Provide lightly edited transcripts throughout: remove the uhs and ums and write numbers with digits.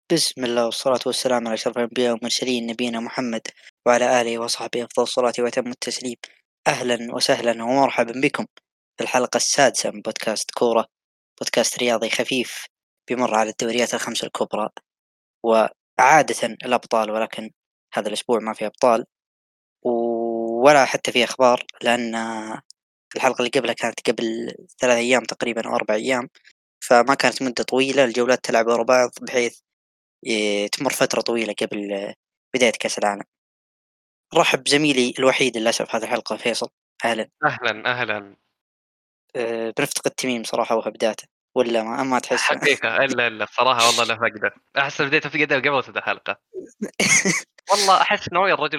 بسم الله والصلاة والسلام على أشرف الأنبياء والمرسلين نبينا محمد وعلى آله وصحبه أفضل الصلاة وأتم التسليم. أهلا وسهلا ومرحبا بكم في الحلقة السادسة من بودكاست كورة، بودكاست رياضي خفيف بمر على الدوريات الخمس الكبرى وعادة الأبطال، ولكن هذا الأسبوع ما في أبطال ولا حتى في أخبار، لأن الحلقة اللي قبلها كانت قبل 3 أيام تقريبا أو 4 أيام، فما كانت مدة طويلة، الجولات تلعب ورا بعض بحيث تمر فترة طويلة قبل بداية كأس العالم. رحب زميلي الوحيد للأسف هذه الحلقة فيصل. أهلا. أهلًا، أهلًا. بنفتقد تميم صراحة وهبداته، ولا ما تحس؟ حقيقة إلا الصراحة والله لا فاقده، أحس بديت أفقده قبل تبدأ الحلقة، والله أحس نوعي الرجل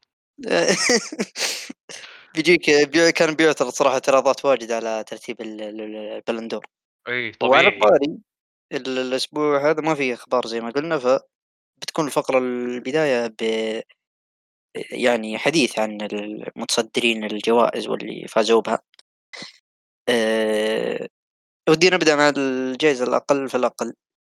كان بيعترض صراحة اعتراضات واجد على ترتيب البلندور. إي وعلى طبيعي. الطاري الأسبوع هذا ما في أخبار زي ما قلنا، فبتكون الفقرة البداية يعني حديث عن المتصدرين الجوائز واللي فازوا بها. آه، ودي نبدأ مع الجائزة الأقل فالأقل.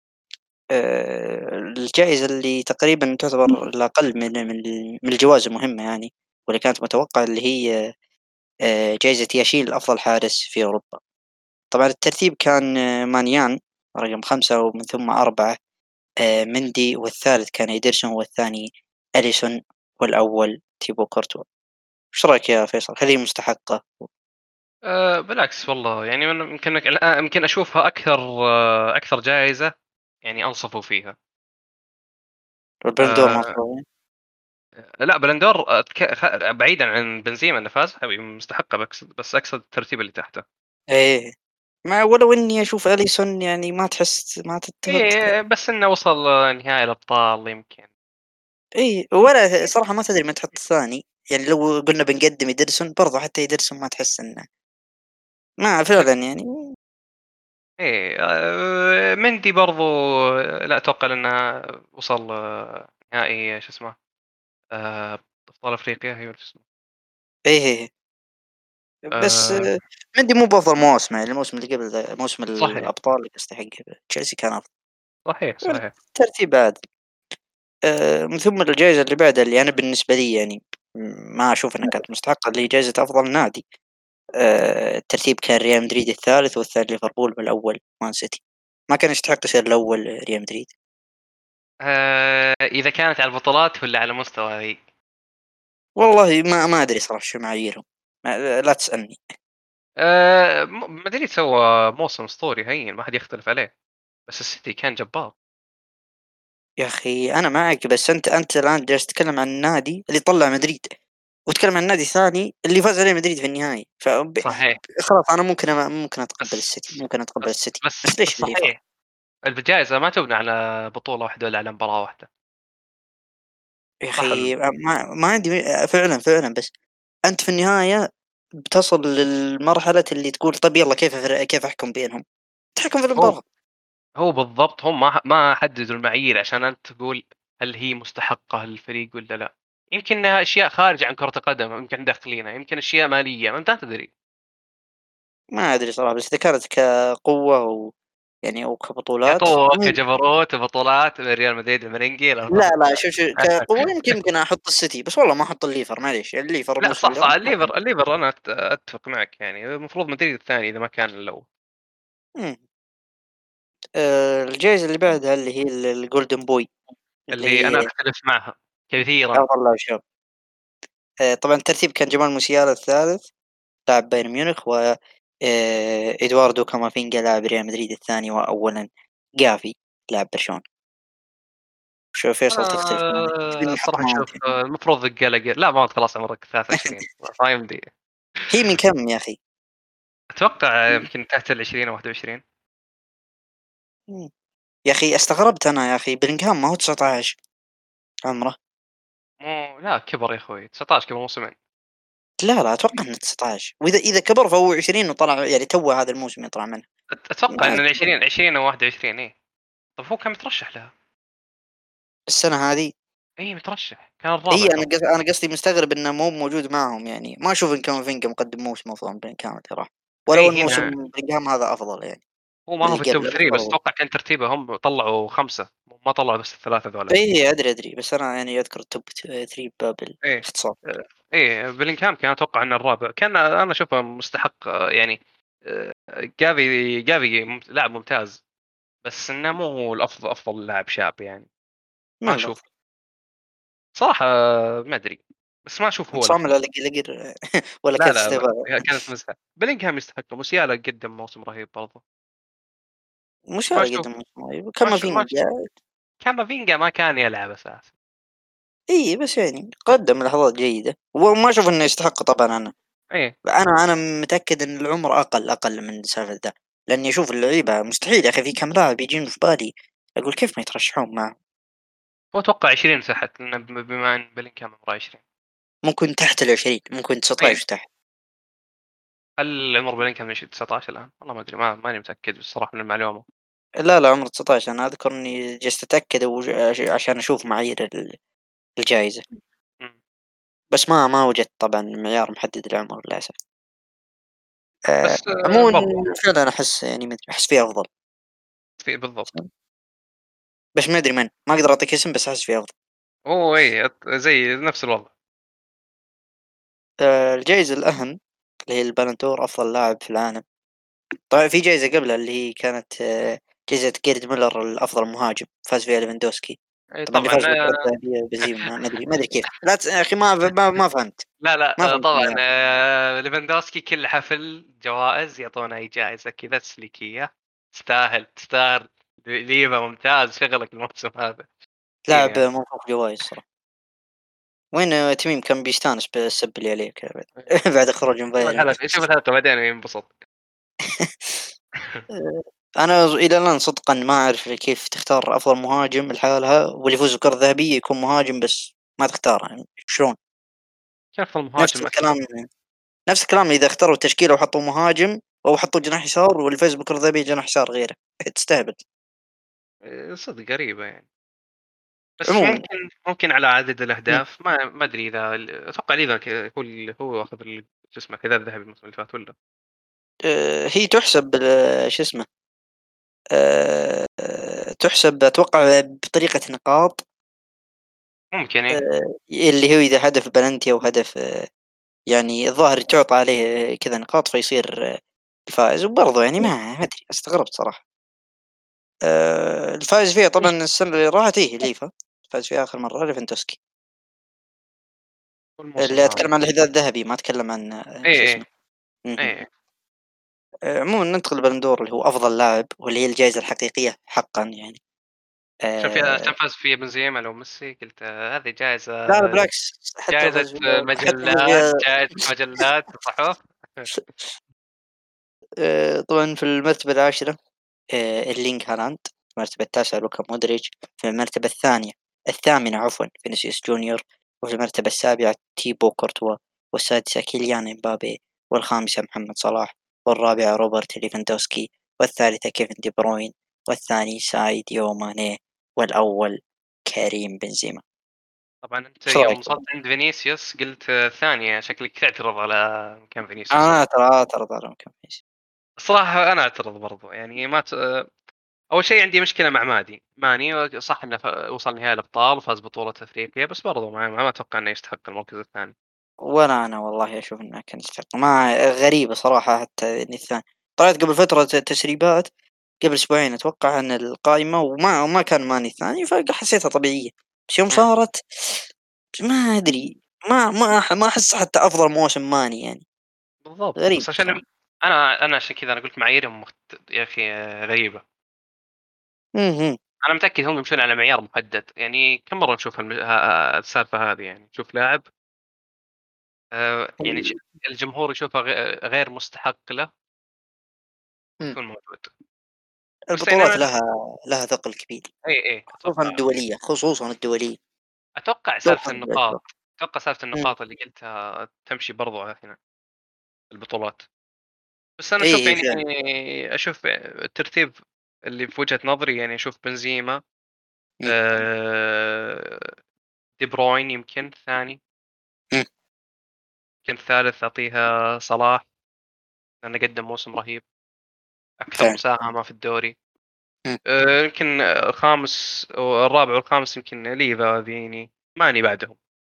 الجائزة اللي تقريبا تعتبر الأقل من الجوائز المهمة يعني، واللي كانت متوقعة، اللي هي جائزة ياشين لأفضل حارس في أوروبا. طبعا الترتيب كان مانيان رقم 5، ومن ثم 4 مندي، والثالث كان إيدرسون، والثاني أليسون، والأول تيبو كورتوا. إيش رأيك يا فيصل، هل هي مستحقة؟ بالعكس والله يعني من يمكنك يمكن أشوفها أكثر جائزة يعني أنصفوا فيها. والبلندور ما آآ فاز. لأ بلندور بعيدًا عن بنزيما إنه فاز مستحقة بس أقصد الترتيب اللي تحته. إيه، ما ولو إني أشوف أليسون يعني ما تحس، ما تتفق. إيه بس إنه وصل نهائي الأبطال يمكن. إي، ولا صراحة ما تدري من تحط الثاني، يعني لو قلنا بنقدم إيدرسون برضه، حتى إيدرسون ما تحس إنه، ما فعلًا يعني. إيه مندي برضو لا أتوقع لأنه وصل نهائي شو اسمه أبطال أفريقيا هي شو اسمه إيه، إيه، بس آه، مندي مو بأفضل مواسمه، يعني الموسم اللي قبل ذا موسم صحيح الأبطال اللي يستحق تشيلسي كان أفضل. صحيح صحيح. الترتيب عادي. من ثم الجائزة اللي بعدها، اللي أنا بالنسبة لي يعني ما أشوف إنها كانت مستحقة، اللي هي جائزة أفضل نادي. الترتيب كان ريال مدريد الثالث، والثاني ليفربول، والأول مان سيتي. ما كان يستحق يصير الأول ريال مدريد. إذا كانت على البطولات ولا على مستوى هي والله ما أدري صراحة شو معاييرهم، لا تسألني. مدريد سوى موسم أسطوري هين ما حد يختلف عليه بس السيتي كان جبار. يا أخي أنا معك، بس أنت الآن جالس تتكلم عن النادي اللي طلع مدريد، وتتكلم عن النادي الثاني اللي فاز عليه مدريد في النهائي. صحيح خلاص أنا ممكن أتقبل بس السيتي، ممكن أتقبل بس السيتي، بس بس ليش بس الليفر؟ صحيح الجائزة ما تبنى على بطولة واحدة ولا على مباراة واحدة. يا صح ولا لا؟ أخي ما عندي فعلا، بس أنت في النهاية بتصل للمرحلة اللي تقول طيب يلا كيف أحكم بينهم؟ تحكم في هو المباراة. هو بالضبط هم ما حددوا المعايير عشان أنت تقول هل هي مستحقة للفريق والّا لأ، يمكن إنها أشياء خارجة عن كرة القدم، يمكن داخلينها، يمكن أشياء مالية، ما أنت ما تدري. ما أدري صراحة، بس إذا كانت كقوة يعني أو كبطولات كقوة، ممكن. كجبروت، وبطولات من ريال مدريد المرنجي لا فرق. لا شوف كقوة يمكن أحط السيتي، بس والله ما أحط الليفر، معليش الليفر لأ الموسم صح، اللي صح راح ما كان. الليفر أنا أتفق معك يعني المفروض مدريد الثاني إذا ما كان الأول. إمم. الجايزة اللي بعدها اللي هي الGolden Boy، اللي اللي أنا هي أختلف معها كثيرًا. أفضل لاعب شاب. طبعًا الترتيب كان جمال موسيالا الثالث، لاعب بايرن ميونخ، و إدواردو كامافينجا لاعب ريال مدريد الثاني، وأولًا جافي لاعب برشلونة. شو فيصل تختلف معي؟ تبيني الصراحة نحطهم أنا أشوف فين؟ المفروض القلق لا ما خلاص عمرك 23 ما يمدي. هي من كم يا أخي؟ أتوقع يمكن تحت ال20 أو 21. إمم. يا أخي استغربت أنا، يا أخي بلينغهام ما هو 19 عمره. لا كبر يا أخوي 19 قبل موسمين. لا أتوقع إنه 19، وإذا كبر فهو 20 وطلع، يعني توه هذا الموسم يطلع منه. أتوقع ما إن كبر ال20 20 أو 21 إيه. طب هو كان مترشح لها. السنة هذه. إيه مترشح كان هي الرابع ترى. أنا قصدي مستغرب إنه مو موجود معهم، يعني ما أشوف إن كامافينجا مقدم موسم أفضل من بلينغهام ترى، ولو إن إيه موسم هنا بلينغهام هذا أفضل يعني هو من ما هو اللي في التوب قبله، بس 3 بس والله أتوقع كان ترتيبه هم طلعوا 5 ما طلعوا بس الثلاثة ذولا. اي ادري بس انا يعني اذكر التوب 3 باب إيه. الاختصار. إيه بلينغهام كان أتوقع إنه الرابع، كان أنا أشوفه مستحق يعني. جافي لاعب ممتاز، بس إنه مو هو أفضل لاعب شاب يعني. من ما الافضل؟ أشوف صراحة، ما أدري، بس ما أشوف هو صامل الأفضل. على لقر ولا لا كيف لا استهبال؟ هي كانت مزحة. بلينغهام يستحق، موسيالا قدم موسم رهيب برضه. مش ما على أشوف قدم ما كما أشوف ما أشوف. فينجا. كامافينجا ما كان يلعب أساسا. اي بس يعني قدم لحظات جيدة وما اشوف انه يستحق طبعا. إيه. انا متأكد ان العمر اقل من السالفة ده، لاني اشوف اللعيبة مستحيل يا اخي، في كم لاعب يجين في بالي اقول كيف ما يترشحون معه. هو أتوقع 20 تحت، لأنه بما إن بلينغهام عمره 20. ممكن تحت ال20، ممكن إيه. 19 تحت. هل عمر بلينغهام 19 الآن؟ والله ما أدري، ماني متأكد الصراحة من المعلومة. لا عمره 19، انا اذكر اني جلست اتاكد عشان اشوف معايير الجائزة. إمم. بس ما وجدت طبعا معيار محدد للعمر للاسف. بس عموما برضه فعلا احس يعني ما ادري، احس فيه افضل. بالضبط. بس ما ادري من، ما اقدر اعطيك اسم، بس احس فيه افضل. هو إيه زي نفس الوضع. الجائزة الاهم اللي هي البالندور افضل لاعب في العالم. طبعا في جائزة قبلها اللي هي كانت جائزة جيرد ميلر الأفضل مهاجم، فاز فيها ليفاندوسكي. إيه طبعا اللي طبعًا. فاز بالكرة الذهبية بنزيما، ما أدري كيف، لا يا أخي ما فهمت. لا، ما لأ، فهمت طبعًا المعيار. ليفاندوفسكي كل حفل جوائز يعطونه أي جائزة كذا تسليكية. تستاهل. ليفا ممتاز شغلك الموسم هذا. لاعب يعني. موفق جوائز صراحة. وين تميم كان بيستانس بالسب اللي عليه كذا بعد إيه. بعد خروج من شوف بايرن. الحلقة شوف الحلقة بعدين ينبسط. أنا إلى الآن صدقا ما أعرف كيف تختار أفضل مهاجم لحالها، واللي يفوز بالكرة الذهبية يكون مهاجم بس ما تختاره، يعني شلون؟ كيف نفس المهاجم أكثر. الكلام نفس الكلام إذا اختاروا تشكيلة وحطوا مهاجم أو حطوا جناح يسار واللي فاز بالكرة الذهبية جناح يسار غيره. تستهبل. صدق غريبة يعني. بس عموما ممكن على عدد مم. الأهداف، ما أدري إذا أتوقع ليفا هو أخذ شو اسمه الحذاء الذهبي الموسم اللي فات والّا؟ هي تحسب شو اسمه، تحسب أتوقع بطريقة نقاط. ممكن إيه. اللي هو إذا هدف بلنتي أو هدف يعني الظاهر تعطى عليه كذا نقاط فيصير الفائز. وبرضه يعني ما أدري، استغربت صراحة. الفائز فيها طبعا السنة اللي راحت ليفا، فاز فيها آخر مرة ليفاندوسكي. والموسم اللي هذا. أتكلم عن الحذاء الذهبي، ما أتكلم عن إيه، شو إيه، اسمه. اهم. إيه. عمومًا ننتقل لبالون دور اللي هو أفضل لاعب، واللي هي الجائزة الحقيقية حقًا يعني. عشان آآ فاز فيها بنزيما لو ميسي قلت هذه جائزة. لا بالعكس، حتى لو جائزة فاز فيها حتى لو المجلات، فيها جائزة مجلات الصحف. طبعًا في المرتبة العاشرة إيرلينغ هالاند، في المرتبة التاسعة لوكا مودريتش، في المرتبة الثامنة عفوًا فينيسيوس جونيور، وفي المرتبة السابعة تيبو كورتوا، والسادسة كيليان إمبابي، والخامسة محمد صلاح، والرابعة روبرت ليفاندوسكي، والثالثة كيفن دي بروين، والثاني سايديو ماني، والأول كريم بنزيما. طبعًا أنت إيش رأيك يوم وصلت طبعًا؟ عند فينيسيوس قلت ثانية، شكلك تعترض على مكان فينيسيوس أنا هنا. ترى أعترض على مكان ميسي. الصراحة أنا أعترض برضو يعني ما أول شيء عندي مشكلة مع ماني صح إنه وصل نهائي الأبطال وفاز بطولة أفريقيا، بس برضو ما أتوقع إنه يستحق المركز الثاني. ولا أنا والله أشوف إنه كان يستحق، ما غريبة صراحة حتى إني الثاني. طلعت قبل فترة تسريبات قبل أسبوعين أتوقع عن القائمة، وما كان ماني الثاني، فحسيتها طبيعية. بس يوم إمم. صارت ما أدري، ما أحس حتى أفضل موسم ماني يعني. بالضبط، غريب بس عشان صراحة. أنا عشان كذا أنا قُلت معاييرهم يا أخي غريبة. اهم. أنا متأكد هم يمشون على معيار محدد، يعني كم مرة نشوف السالفة هذه يعني، نشوف لاعب يعني الجمهور يشوفه غير مستحق له إمم. ويكون موجود. بس يعني البطولات لها ثقل كبير، إيه خصوصًا أتوقع. الدولية، خصوصًا الدولية. أتوقع لو سالفة فرض الأجواء. النقاط إمم. اللي قُلتها تمشي برضو هنا البطولات. بس أنا أشوف إي يعني فعلًا. أشوف الترتيب اللي في وجهة نظري يعني أشوف بنزيما، إمم. آآ دي بروين يمكن ثاني، إمم. يمكن ثالث أعطيها صلاح لأنه قدم موسم رهيب، أكثر فعلًا. مساهمة في الدوري. إمم. يمكن الخامس والرابع والخامس يمكن ليفا فيني، ماني بعدهم.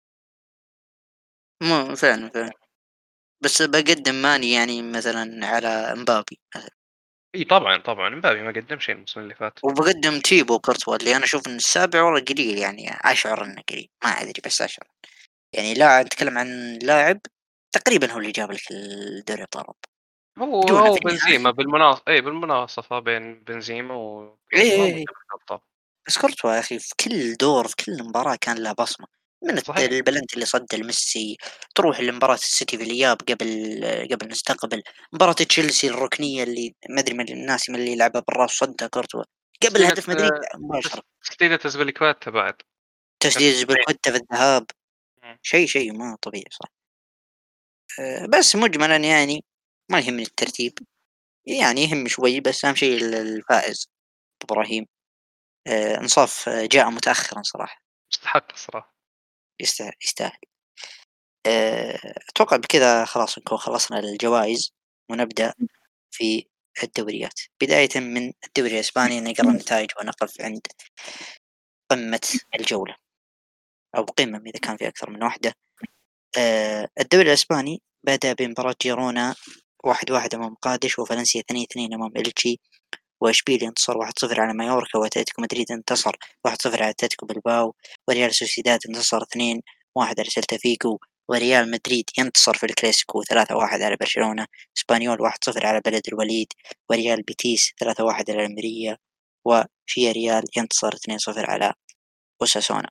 فعلًا، فعلًا. بس باقدّم ماني يعني مثلًا على إمبابي مثلًا، إي طبعًا، طبعًا، امبابي ما قدّم شيء الموسم اللي فات. وباقدّم تيبو كورتوا اللي أنا أشوف إن السابع والله قليل يعني أشعر إنه قليل، ما أدري بس أشعر. يعني نتكلم عن لاعب تقريبًا هو اللي جاب لك دوري أبطال أوروبا، بدونه هو في بنزيما النهائي. بالمناصفة بين بنزيما إيه، وكورتوا هم إيه، اللي إيه. جابوا الأبطال. بس كورتوا يا أخي في كل دور في كل مباراة كان له بصمة، من صحيح. البلنتي اللي صده لميسي، تروح لمباراة السيتي في الإياب قبل نستقبل، مباراة تشيلسي الركنية اللي ما أدري من الناس من اللي لعبها بالراس صدها كورتوا، قبل تسديدة هدف مدريد مباشرة، تسديدة أزبيليكويتا بعد. كانت تسديد مستحيل. أسبيليكويتا في الذهاب، إمم. شيء ما طبيعي صراحة. بس مجملًا يعني ما يهمني الترتيب، يعني يهمني شوي بس أهم شيء الفائز إبراهيم. إنصاف جاء متأخرًا صراحة، مستحق الصراحة. يستاهل. أتوقع بكذا خلاص نكون خلصنا الجوائز، ونبدأ في الدوريات، بدايةً من الدوري الإسباني نقرا النتايج ونقف عند قمة الجولة أو قمم إذا كان في أكثر من واحدة. الدوري الإسباني بدأ بمباراة جيرونا 1-1 أمام قادش، وفالنسيا 2-2 أمام إلتشي، وإشبيليا انتصر 1-0 على مايوركا، وأتلتيكو مدريد انتصر 1-0 على أتلتيكو بلباو، وريال سوسيداد انتصر 2-1 على سيلتا فيجو، وريال مدريد ينتصر في الكلاسيكو 3-1 على برشلونة، اسبانيول 1-0 على بلد الوليد، وريال بيتيس 3-1 على الميريا، وفي ريال ينتصر 2-0 على اوساسونا.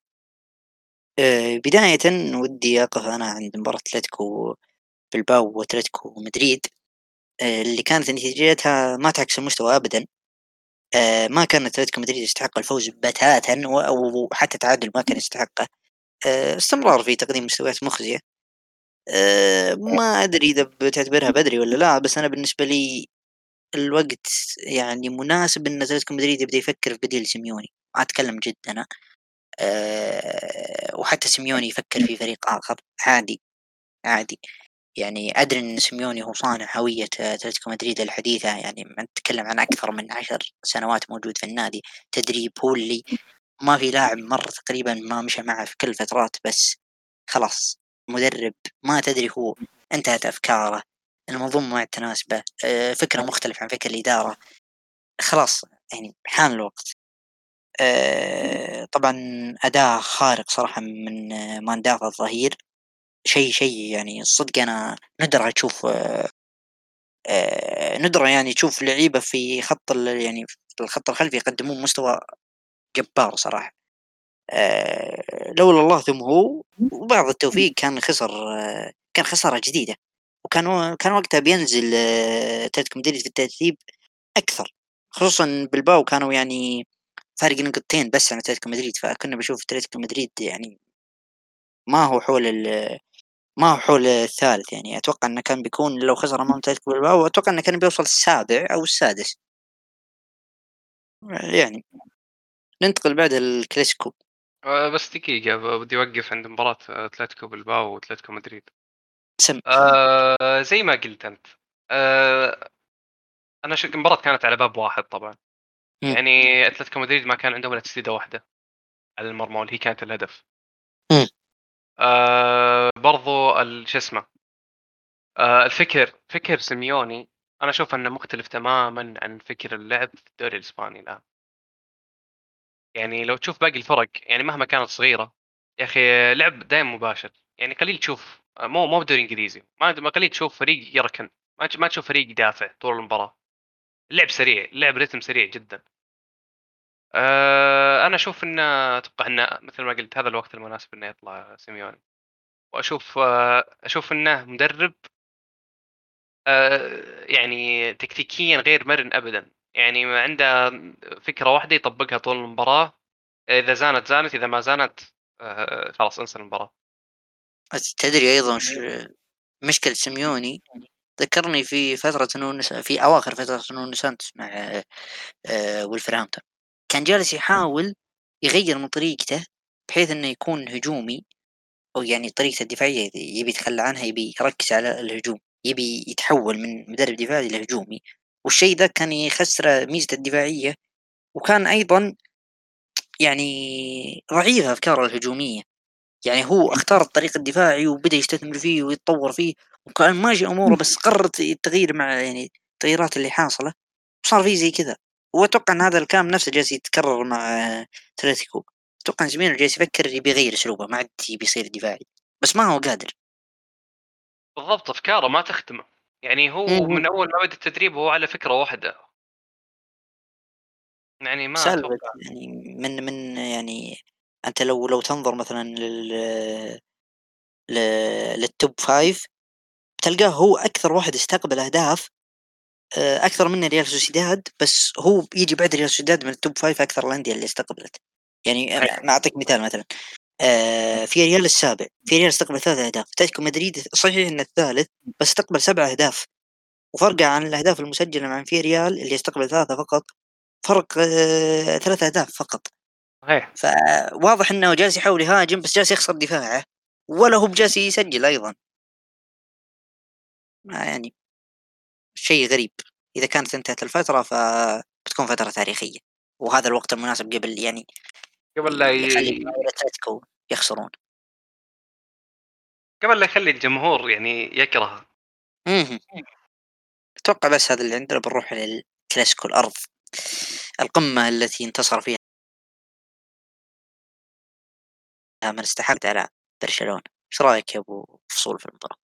بداية ودي أقف أنا عند مباراة أتلتيكو بلباو وأتلتيكو مدريد، اللي كانت نتيجتها ما تعكس المستوى أبدا. ما كان أتلتيكو مدريد يستحق الفوز بتاتا أو حتى تعادل ما كان يستحقه. استمرار في تقديم مستويات مخزية. ما أدري إذا بتعتبرها بدري ولا لا، بس أنا بالنسبة لي الوقت يعني مناسب إن أتلتيكو مدريد يبدأ يفكر في بديل سيميوني، ما أتكلم جد أنا. وحتى سيميوني يفكر في فريق آخر عادي، عادي. يعني أدري إن سيميوني هو صانع هوية أتلتيكو مدريد الحديثة، يعني ما نتكلم عن أكثر من 10 سنوات موجود في النادي، تدريب هو اللي ما في لاعب مر تقريبا ما مشى معه في كل الفترات، بس خلاص مدرب ما تدري هو انتهت أفكاره، المنظومة ما عاد تناسبه، فكرة مختلف عن فكر الإدارة، خلاص يعني حان الوقت. طبعا أداء خارق صراحة من ماندافا الظهير، شيء يعني الصدق أنا ندرة أشوف ندرة يعني تشوف لعيبة في خط يعني في الخط الخلفي يقدمون مستوى جبار صراحة. لولا الله ثم هو، وبعض التوفيق كان خسر، كان خسارة جديدة، كان وقتها بينزل أتلتيكو مدريد في الترتيب أكثر، خصوصًا بلباو كانوا يعني فارق نقطتين بس عن أتلتيكو مدريد، فكنا بنشوف أتلتيكو مدريد يعني ما هو حول ما هو حول الثالث، يعني أتوقع إنه كان بيكون لو خسر أمام أتلتيكو بلباو أتوقع إنه كان بيوصل السابع أو السادس. يعني ننتقل بعد الكلاسيكو. بس دقيقة ودي أوقّف عند مباراة أتلتيكو بلباو وأتلتيكو مدريد. سم. زي ما قُلت أنت. آآ أنا المباراة كانت على باب واحد طبعًا. إمم. يعني أتلتيكو مدريد ما كان عندهم إلا تسديدة واحدة على المرمى واللي هي كانت الهدف. إمم. برضو شو اسمه، فكر سيميوني. أنا أشوف إنه مختلف تمامًا عن فكر اللعب في الدوري الإسباني الآن. يعني لو تشوف باقي الفرق يعني مهما كانت صغيرة، يا أخي لعب دايم مباشر. يعني قليل تشوف مو بالدوري الإنجليزي، ما قليل تشوف فريق يركن، ما تشوف فريق يدافع طول المباراة. اللعب سريع، اللعب رتم سريع جدًا. أنا أشوف إنه أتوقع إنه مثل ما قلت هذا الوقت المناسب إنه يطلع سيميوني. وأشوف أشوف إنه مدرب يعني تكتيكيًا غير مرن أبدًا. يعني ما عنده فكرة واحدة يطبقها طول المباراة. إذا زانت زانت، إذا ما زانت خلاص انسى المباراة. تدري أيضًا وش مشكلة سيميوني؟ ذكّرني في فترة في أواخر فترة نونو سانتوس مع وولفرهامبتون، كان جالس يحاول يغيّر من طريقته بحيث إنه يكون هجومي، أو يعني طريقته الدفاعية يبي يتخلى عنها، يبي يركّز على الهجوم، يبي يتحوّل من مدرب دفاعي إلى هجومي، والشيء ذا كان يخسّره ميزته الدفاعية وكان أيضا يعني ضعيف أفكاره الهجومية، يعني هو اختار الطريق الدفاعي وبدأ يستثمر فيه ويتطور فيه وكان ماشي أموره، بس قرر التغيير مع يعني التغييرات اللي حاصلة وصار فيه زي كذا. وأتوقع أن هذا الكلام نفسه جالس يتكرر مع أتلتيكو. أتوقع إن زميلو جالس يفكر يبي يغير أسلوبه، ما عاد يبي يصير دفاعي، بس ما هو قادر. بالضبط، أفكاره ما تختمه، يعني هو مم. من أول ما بدأ التدريب وهو على فكرة واحدة، يعني ما سالفة أتوقع. يعني من يعني أنت لو تنظر مثلا للتوب فايف تلقاه هو أكثر واحد استقبل أهداف، أكثر من ريال سوسيداد، بس هو يجي بعد ريال سوسيداد من التوب فايف أكثر الأندية اللي استقبلت. يعني صحيح. ما أعطيك مثال مثلا، في ريال السابع، في ريال استقبل 3 أهداف، أتلتيكو مدريد صحيح إنه الثالث بس استقبل 7 أهداف، وفرقه عن الأهداف المسجلة مع في ريال اللي استقبل 3 فقط، فرق 3 أهداف فقط. صحيح. فواضح إنه جالس يحاول يهاجم بس جالس يخسر دفاعه، ولا هو بجالس يسجل أيضا. يعني شيء غريب. إذا كانت انتهت الفترة فبتكون فترة تاريخية، وهذا الوقت المناسب قبل يعني قبل لا يخلي جماهير أتلتيكو يخسرون. قبل لا يخلّي الجمهور يعني يكرهه. اهم. أتوقع بس هذا اللي عندنا، بنروح للكلاسيكو الأرض، القمة التي انتصر فيها من استحق على برشلونة. إيش رأيك يا أبو فصول في المباراة؟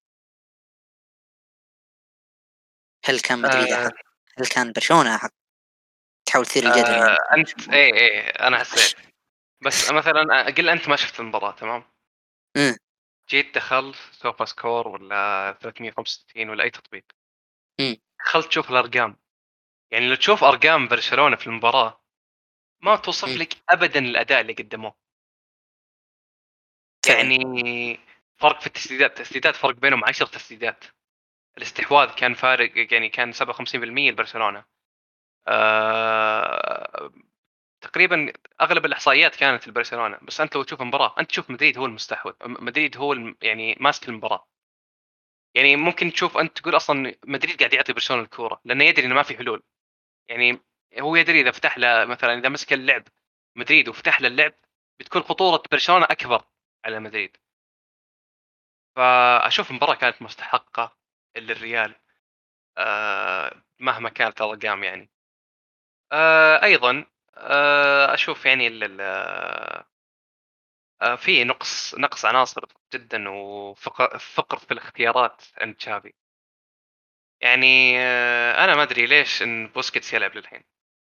هل كان مدريد آآ أحق؟ هل كان برشلونة أحق؟ تحاول تثير الجدل يعني. أنت إيه، أنا حسيت. بس مثلًا قل أنت ما شُفت المباراة تمام؟ إمم. جيت دخلت سوفا سكور والّا 365 والّا أي تطبيق، إمم. دخلت تشوف الأرقام، يعني لو تشوف أرقام برشلونة في المباراة ما توصف إمم. لك أبدًا الأداء اللي قدموه. فعلًا. يعني فرق في التسديدات فرق بينهم 10 تسديدات. الاستحواذ كان فارق، يعني كان 57% لبرشلونة. آآ تقريبًا أغلب الإحصائيات كانت لبرشلونة، بس أنت لو تشوف المباراة أنت تشوف مدريد هو المستحوذ، مدريد هو يعني ماسك المباراة. يعني ممكن تشوف أنت تقول أصلًا مدريد قاعد يعطي برشلونة الكورة، لأنه يدري إنه ما في حلول. يعني هو يدري إذا فتح له مثلًا، إذا مسك اللعب مدريد وفتح له اللعب بتكون خطورة برشلونة أكبر على مدريد. فأشوف المباراة كانت مستحقة للريال، مهما كانت الأرقام يعني. أيضًا أشوف يعني في نقص عناصر جدًا فقر في الاختيارات عند تشافي. يعني أنا ما أدري ليش إن بوسكيتس يلعب للحين.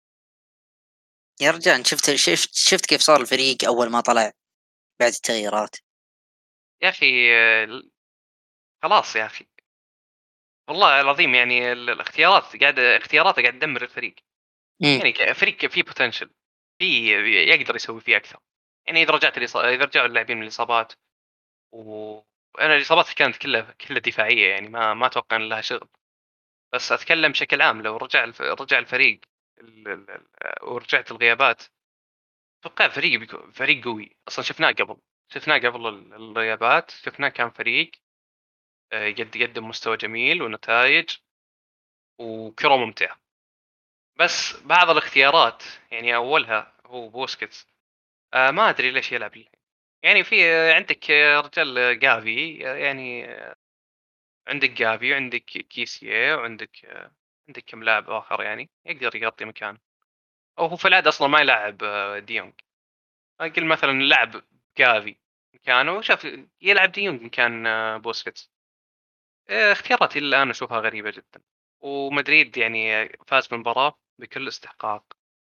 يا رجال أنت شُفت كيف صار الفريق أول ما طلع بعد التغييرات؟ يا أخي خلاص يا أخي، والله العظيم يعني اختياراته قاعد تدمر الفريق. إمم. يعني فريق فيه potential، فيه يقدر يسوي فيه أكثر. يعني إذا رجعوا اللاعبين من الإصابات، وأنا الإصابات كانت كلها دفاعية، يعني ما أتوقع إن لها شغل. بس أتكلم بشكل عام، لو رجع الفريق ورجعت الغيابات، أتوقع فريق فريق قوي. أصلًا شفناه قبل الغيابات، شفناه كان فريق يقدم مستوى جميل ونتايج وكرة ممتعة. بس بعض الاختيارات، يعني أولها هو بوسكيتس، ما أدري ليش يلعب للحين. يعني في عندك رجال جافي، يعني عندك جافي وعندك كيسيه وعندك عندك كم لاعب آخر يعني يقدر يغطي مكانه. أو هو في العادة أصلًا ما يلاعب ديونج. أقل مثلًا لعب جافي مكانه وشاف يلعب ديونج مكان بوسكيتس. اختيارات إلى الآن أشوفها غريبة جدًا. ومدريد يعني فاز بالمباراة بكل استحقاق.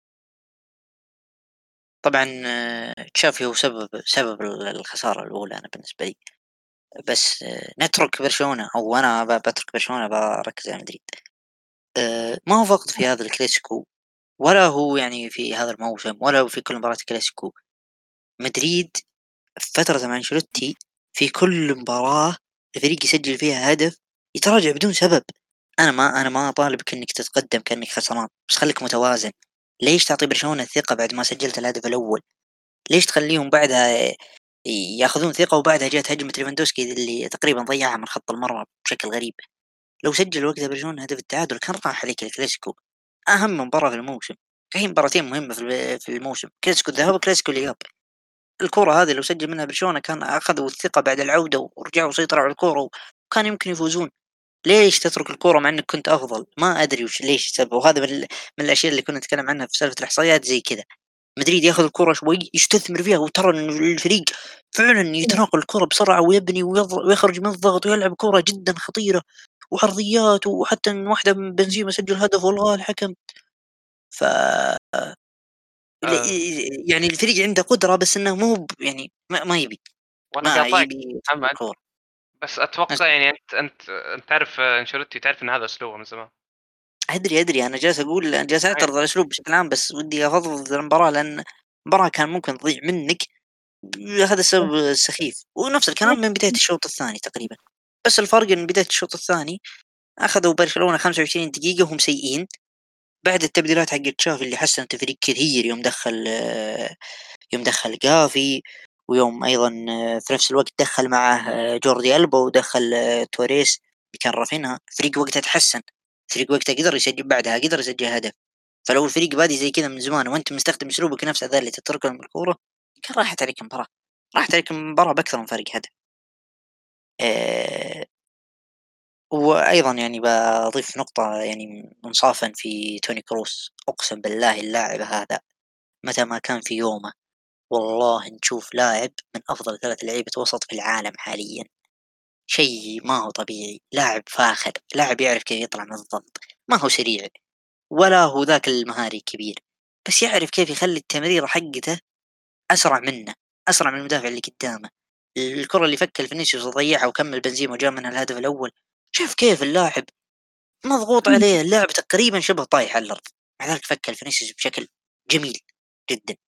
طبعًا تشافي هو سبب الخسارة الأولى أنا بالنسبة لي، بس نترك برشلونة، أو أنا باترك برشلونة باركز على مدريد. ما هو فقط في هذا الكلاسيكو، ولا هو يعني في هذا الموسم، ولا هو في كل مباراة كلاسيكو. مدريد في فترة مع أنشيلوتي في كل مباراة الفريق يسجل فيها هدف يتراجع بدون سبب. أنا ما أطالبك إنك تتقدم كأنك خسران، بس خليك متوازن. ليش تعطي برشلونة الثقة بعد ما سجلت الهدف الأول؟ ليش تخليهم بعدها ياخذون ثقة وبعدها جات هجمة ليفاندوسكي اللي تقريبا ضيعها من خط المرمى بشكل غريب؟ لو سجل وقتها برشلونة هدف التعادل كان راح عليك الكلاسيكو، أهم مباراة في الموسم. هي مباراتين مهمة في الموسم، كلاسيكو الذهاب وكلاسيكو الإياب. الكرة هذه لو سجل منها برشلونة كان أخذوا الثقة بعد العودة ورجعوا سيطروا على الكرة وكان يمكن يفوزون. ليش تترك الكرة مع إنك كنت أفضل؟ ما أدري ليش السبب. وهذا من الأشياء اللي كنا نتكلم عنها في سالفة الإحصائيات زي كذا. مدريد ياخذ الكرة شوي يستثمر فيها، وترى إن الفريق فعلا يتناقل الكرة بسرعة ويبني ويخرج من الضغط ويلعب كرة جدا خطيرة وعرضيات، وحتى إن واحدة من بنزيما سجل هدف والله الحكم. ف آه، يعني الفريق عنده قدرة، بس إنه مو يعني ما يبي وأنا ما قاطعك يبي يترك محمد، الكورة. بس أتوقع يعني أنت تعرف أنشيلوتي، تعرف إن هذا أسلوبه من زمان. أدري أنا جالس أقول، أنا جالس صحيح. أعترض على الأسلوب بشكل عام، بس ودي أفضفض المباراة لأن المباراة كان ممكن تضيع منك. هذا السبب السخيف، ونفس الكلام من بداية الشوط الثاني تقريبا. بس الفرق إن بداية الشوط الثاني أخذوا برشلونة 25 دقيقة وهم سيئين. بعد التبديلات حقت تشافي اللي حسنت الفريق كثير، يوم دخل جافي، ويوم أيضا في نفس الوقت دخل معه جوردي ألبا، ودخل توريس اللي كان رافينها. الفريق وقتها تحسن، الفريق وقتها قدر يسجل، بعدها قدر يسجل هدف. فلو الفريق بادي زي كذا من زمان وانت مستخدم اسلوبك نفسه ذا اللي تتركهم الكوره، كان راحت عليك المباراه، راحت عليك المباراه باكثر من فرق هدف. آه، وايضا يعني بضيف نقطه يعني منصافا في توني كروس. اقسم بالله اللاعب هذا متى ما كان في يومه والله نشوف لاعب من افضل 3 لعيبه وسط في العالم حاليا. شيء ما هو طبيعي، لاعب فاخر، لاعب يعرف كيف يطلع من الضغط. ما هو سريع ولا هو ذاك المهاري الكبير، بس يعرف كيف يخلي التمريرة حقته أسرع منه، أسرع من المدافع اللي قدامه. الكرة اللي فك فينيسيوس وضيعها وكمل بنزيما وجاء منها الهدف الأول. شوف كيف اللاعب مضغوط عليه، اللاعب تقريبا شبه طايح على الأرض، مع ذلك فك فينيسيوس بشكل جميل جدا.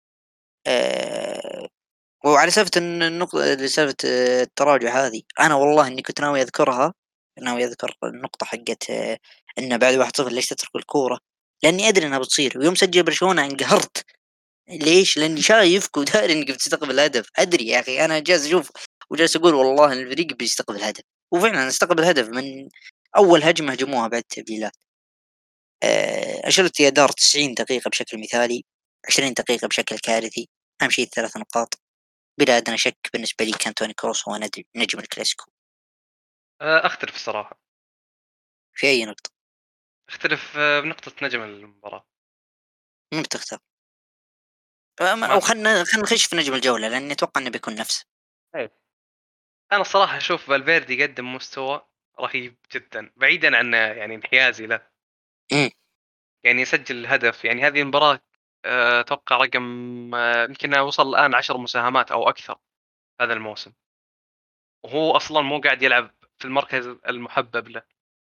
أه. وعلى سالفة النقطة، سالفة التراجع هذه، أنا والله إني كنت ناوي أذكرها، ناوي أذكر النقطة حقت إنه بعد 1-0 ليش تترك الكورة، لأني أدري إنها بتصير. ويوم سجل برشلونة انقهرت. ليش؟ لأني شايفك وداري إنك بتستقبل هدف. أدري يا أخي، أنا جالس أشوف وجالس أقول والله إن الفريق بيستقبل هدف، وفعلا استقبل هدف من أول هجمة هجموها بعد التبديلات. أنشيلوتي أدار 90 دقيقة بشكل مثالي، 20 دقيقة بشكل كارثي. أهم شيء ال3 نقاط. بلا أدنى شك بالنسبة لي كان توني كروس هو نجم الكلاسيكو. أختلف الصراحة. في أي نقطة؟ أختلف بنقطة نجم المباراة. مين بتختار؟ ما أو أدري. خلنا نخش في نجم الجولة، لأني أتوقع إنه بيكون نفسه. إيه. أنا الصراحة أشوف فالفيردي قدم مستوى رهيب جدا، بعيدا عن يعني انحيازي له. امم. يعني يسجل هدف، يعني هذه المباراة أتوقع رقم يمكن وصل الآن 10 مساهمات أو أكثر هذا الموسم، وهو أصلا مو قاعد يلعب في المركز المحبب له،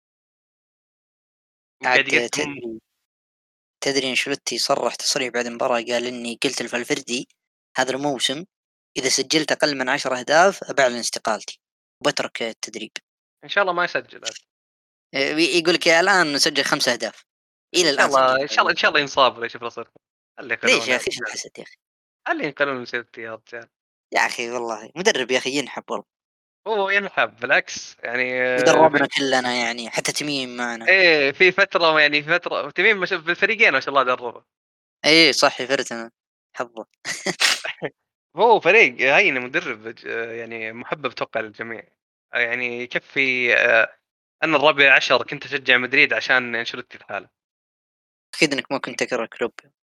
عاد وقاعد يقدم. تدري انشيلوتي صرح تصريح بعد المباراة، قال إني قلت لفالفيردي هذا الموسم إذا سجلت أقل من 10 أهداف بعلن استقالتي وبترك التدريب. إن شاء الله ما يسجل هذا. يقول لك يا الآن نسجل 5 أهداف، إلى إن شاء الآن الله سجل. إن شاء الله إن شاء الله ينصاب ولا يشوف له صرفة. خليه ليش يقولون يا يا أخي، شو رجال، الحسد يا أخي؟ خليه ينقلون مسيرتي يا رجال. يا أخي والله مدرب يا أخي ينحب والله، هو ينحب بالعكس يعني ودربنا كلنا يعني، حتى تميم معنا. إيه في فترة، يعني في فترة تميم في الفريقين ما شاء الله دربه. ايه صح، فرتنا حظه. هو فريق هين مدرب يعني محبب اتوقع للجميع. يعني يكفي انا الرابع عشر كنت اشجع مدريد عشان انشيلوتي لحاله. اكيد انك ما كنت تكره كلوب.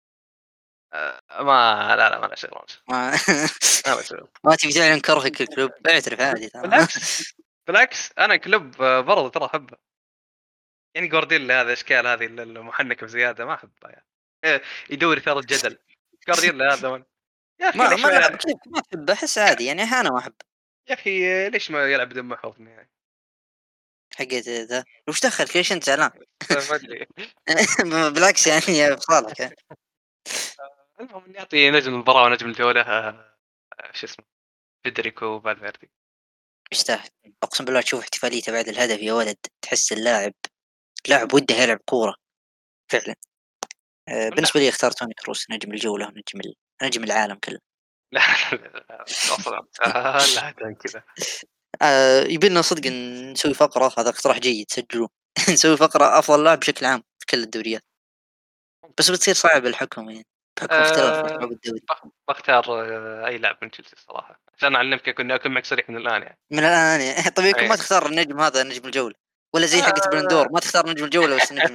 ما لا لا ما له شغل. ما ما له شغل. ما تبي تعلن كرهك الكلوب، اعترف عادي ترى. بالعكس، بالعكس انا كلوب برضه ترى احبه. يعني جوارديولا هذا اشكال هذه المحنكه بزياده ما احبه يعني. يدور اثاره الجدل. جوارديولا هذا يا اخي ما ليش ما ما لا يلعب؟ كيف ما تحب، احس عادي يعني، انا ما احب. يا اخي ليش ما يلعب بدون محفظ يعني؟ حقت ذا وش دخلك، ليش انت زعلان؟ ما ادري. بالعكس يعني بصالك. المهم اني اعطي نجم المباراه ونجم الجوله شو اسمه فيدريكو فالفيردي. يستاهل. اقسم بالله تشوف احتفاليته بعد الهدف يا ولد، تحس اللاعب لاعب وده يلعب كوره فعلا. لا بالنسبه لي اختار توني كروس نجم الجوله ونجم نجم العالم كله. لا لا اصلا لا كذا. يبي لنا صدق نسوي فقرة، هذا اقتراح جيد سجلوه. نسوي فقرة أفضل لاعب بشكل عام في كل الدوريات. بس بتصير صعب الحكم يعني، بحكم اختلاف أصحاب الدوري. باختار أي لاعب من تشيلسي الصراحة، عشان أعلمك أكون معك صريح من الآن يعني. من الآن يعني طيب يمكن إيه. ما تختار النجم هذا نجم الجولة، والّا زي حقة البالون آآ دور ما تختار نجم الجولة بس نجم